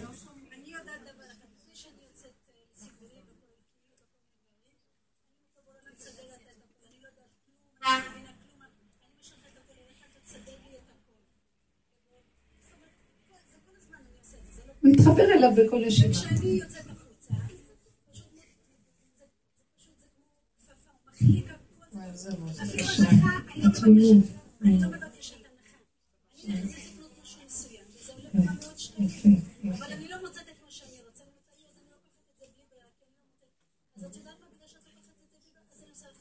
הוא מתחבר אליו בכל השנה. כשאני יוצאת החוצה, פשוט זה כמו כפפה, הוא מחליק הכל. אפילו הנחה, אני לא מדברת שאתה נחה. אני רוצה לקנות משהו מסוים, וזה עולה לך מאוד שקלים. אבל אני לא מוצאת את מה שאני רוצה, אז אני לוקחת את זה בלי בעיה, כי אני לא מוצאת. אז את יודעת מה, בגלל שאת לוקחת את זה בלי בעיה, אז אני עושה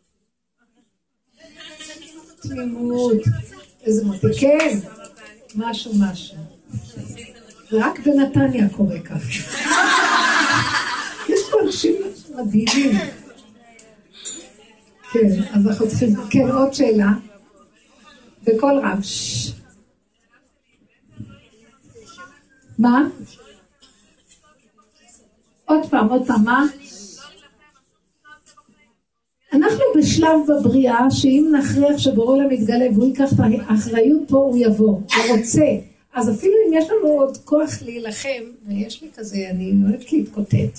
חצי מחיר. תמימות. איזה מותי. כן. משהו. רק בנתניה קורה כך. יש פה אנשים מדהימים. כן, אז אנחנו צריכים... כן, עוד שאלה. בכל רב. מה? עוד פעם, מה? אנחנו בשלב בבריאה, שאם נכריח שבורא לה מתגלה, והוא ייקח את האחריות פה, הוא יבוא. הוא רוצה. אז אפילו אם יש לנו עוד כוח להילחם, ויש לי כזה, אני אוהבת להתקוטט,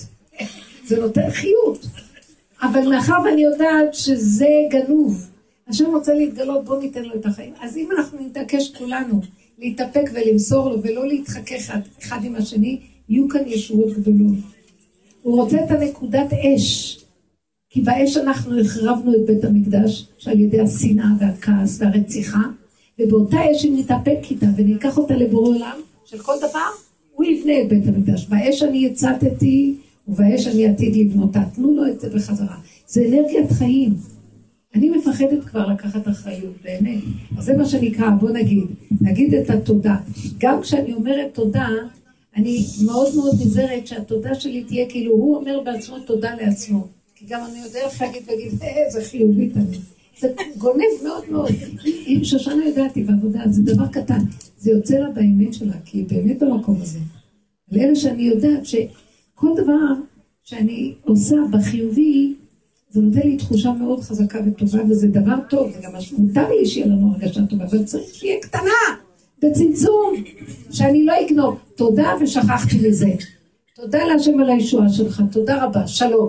זה נותן חיות. אבל מאחר ואני יודעת שזה גנוב, השם רוצה להתגלות, בוא ניתן לו את החיים. אז אם אנחנו נתעקש כולנו להתאפק ולמסור לו, ולא להתחכך אחד עם השני, יהיו כאן ישועות גדולות. הוא רוצה את הנקודת אש, כי באש אנחנו החרבנו את בית המקדש, שעל ידי השנאה והכעס והרציחה, ובאותה אש אם נתאפק איתה וניקח אותה לבורא עולם של כל דבר, הוא יבנה את בית המקדש. באש אני הצטתי ובאש אני עתיד לבנותה. תנו לו את זה בחזרה. זה אנרגיית חיים. אני מפחדת כבר לקחת אחריות, באמת. אז זה מה שנקרא, בוא נגיד את התודה. גם כשאני אומרת תודה, אני מאוד מאוד נזהרת שהתודה שלי תהיה כאילו הוא אומר בעצמו תודה לעצמו. כי גם אני יודע איך להגיד, זה חיובית אני. זה גונב מאוד מאוד. אם שושנה יודעתי בעבודה, זה דבר קטן. זה יוצא לה באמת שלה, כי היא באמת במקום הזה. לאלה שאני יודעת שכל דבר שאני עושה בחיובי, זה נותן לי תחושה מאוד חזקה וטובה, וזה דבר טוב, זה גם מותר לי שיהיה לנו הרגשה טובה, אבל צריך שיהיה קטנה, בצמצום, שאני לא אגנוב. תודה ושכחתי לזה. תודה להשם על הישועה שלך, תודה רבה, שלום.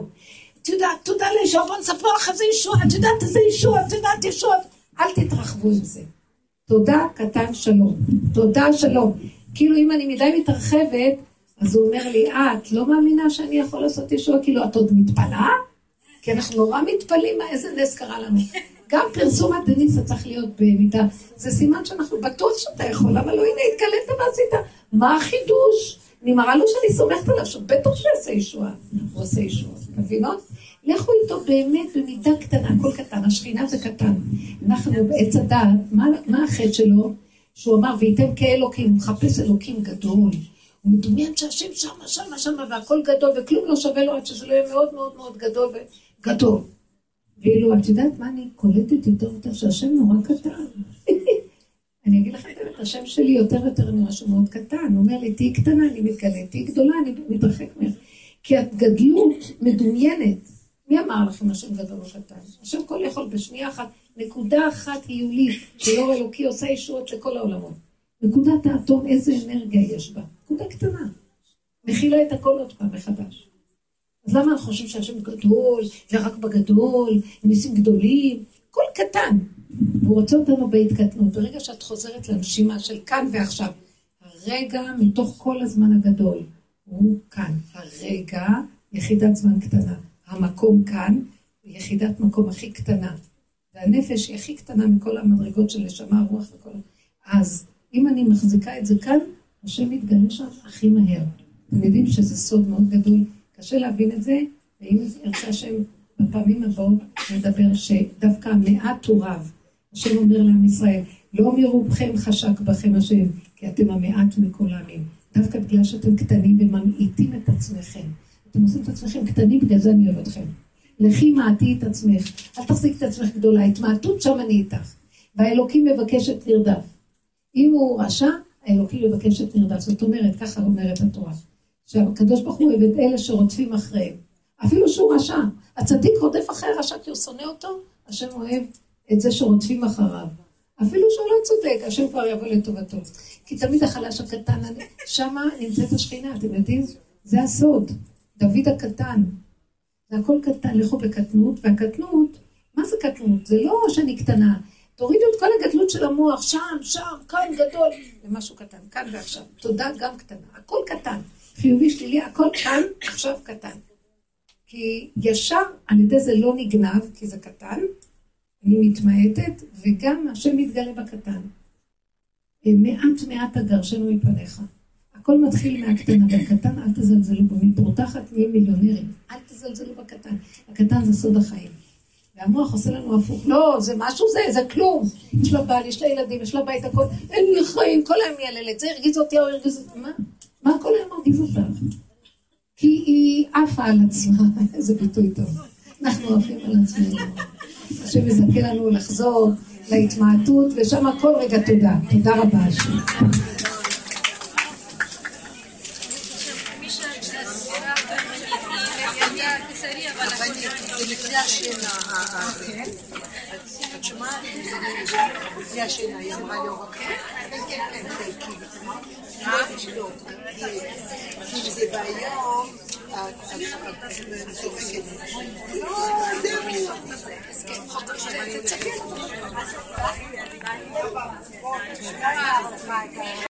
תודה לישוע, בוא נספר לך זה ישוע, את יודעת איזה ישוע, את יודעת ישוע, אל תתרחבו עם זה. תודה קטן שלום, תודה שלום. כאילו אם אני מדי מתרחבת, אז הוא אומר לי, את לא מאמינה שאני יכול לעשות ישוע, כאילו את עוד מתפלה? כי אנחנו נורא מתפלים, איזה נס קרה לנו. גם פרסום הדניסה צריך להיות במידה, זה סימן שאנחנו בטוח שאתה יכול, אבל לא הנה התגלת ועשית, מה החידוש? אני מראה לו שאני סומכת עליו, שבטח שעשה ישוע, הוא עושה ישוע, מבינות? לכו איתו באמת במידה קטנה, הכל קטן, השכינה זה קטן. אנחנו בעץ הדעת, מה החטא שלו? שהוא אמר, וייתם כאלוקים, הוא מחפש אלוקים גדול. הוא מדומיין שהשם שמה, והכל גדול, וכלום לא שווה לו עד שזה לא יהיה מאוד מאוד מאוד גדול וגדול. ואילו, את יודעת מה אני קולטת יותר ויותר, שהשם נורא קטן. אני אגיד לכם, השם שלי יותר ויותר נראה שהוא מאוד קטן. הוא אומר לי, תהי קטנה, אני מתגלה, תהי גדולה, אני מתרחק ממך. כי הגדלות מדומיינת. מי אמר לכם השם גדול או קטן? השם כל יכול בשנייה אחת, נקודה אחת היולית, שלא אלוקי עושה ישועות לכל העולמות. נקודת האטום, איזה אנרגיה יש בה? נקודה קטנה. מכילה את הכל עוד פעם מחדש. אז למה אנחנו חושבים שהשם גדול, ורק בגדול, ניסים גדולים, כל קטן. והוא רוצה אותנו בהתקטנות. ברגע שאת חוזרת לנשימה של כאן ועכשיו, הרגע מתוך כל הזמן הגדול, הוא כאן. הרגע, יחידת זמן קטנה. המקום כאן, יחידת מקום הכי קטנה. והנפש היא הכי קטנה מכל המדרגות של נשמה, רוח וכל... אז אם אני מחזיקה את זה כאן, השם מתגלה שם הכי מהר. אתם יודעים שזה סוד מאוד גדול, קשה להבין את זה, ואם ירצה השם בפעמים הבאות מדבר שדווקא המעט הוא רב. השם אומר לעם ישראל, לא מרובכם חשק בכם השם, כי אתם המעט מכל העמים. דווקא בגלל שאתם קטנים וממעיטים את עצמכם. אתם עושים את עצמכם קטנים, בגלל זה אני אוהב אתכם. לכי מעטי את עצמך, אל תחזיק את עצמך גדולה, התמעטות שם אני איתך. והאלוקים מבקשת נרדף. אם הוא רשע, האלוקים מבקשת נרדף. זאת אומרת, ככה אומרת התורה. שהקדוש ברוך הוא אוהב את אלה שרודפים אחריהם. אפילו שהוא רשע. הצדיק רודף אחרי רשע כי הוא שונא אותו, השם אוהב את זה שרודפים אחריו. אפילו שהוא לא צודק, השם כבר יבוא לטובתו. כי תמיד החלש הקטן, שמה נמצאת השכינה, אתם יודעים? זה הסוד. דוד הקטן. זה הכל קטן, לכו בקטנות, והקטנות, מה זה קטנות? זה לא שאני קטנה. תורידו את כל הגדלות של המוח, שם, כאן גדול. זה משהו קטן, כאן ועכשיו. תודה גם קטנה, הכל קטן. חיובי שלילי, הכל כאן, עכשיו קטן. כי ישר על ידי זה לא נגנב, כי זה קטן, אני מתמעטת, וגם השם מתגלה בקטן. מעט הגרשנו מפניך. הכל מתחיל מהקטנה, והקטן אל תזלזלו בו, מפורתחת נהיה מיליונרים, אל תזלזלו בקטן. הקטן זה סוד החיים. והמוח עושה לנו הפוך, לא, זה משהו זה כלום. יש לה בעל, יש לה ילדים, יש לה בית, הכל, אין לי חיים, כל היום יללת, זה הרגיז אותי או הרגיז אותי, מה כל היום מרגיז אותך? כי היא עפה על עצמה, איזה ביטוי טוב. אנחנו עפים על עצמנו. השם מזכה לנו לחזור להתמעטות, ושם כל רגע תודה. תודה רבה השם. לפני השינה, את שומעת? לפני השינה, היא אמרה לי, כי זה ביום, את צוחקת. זהו.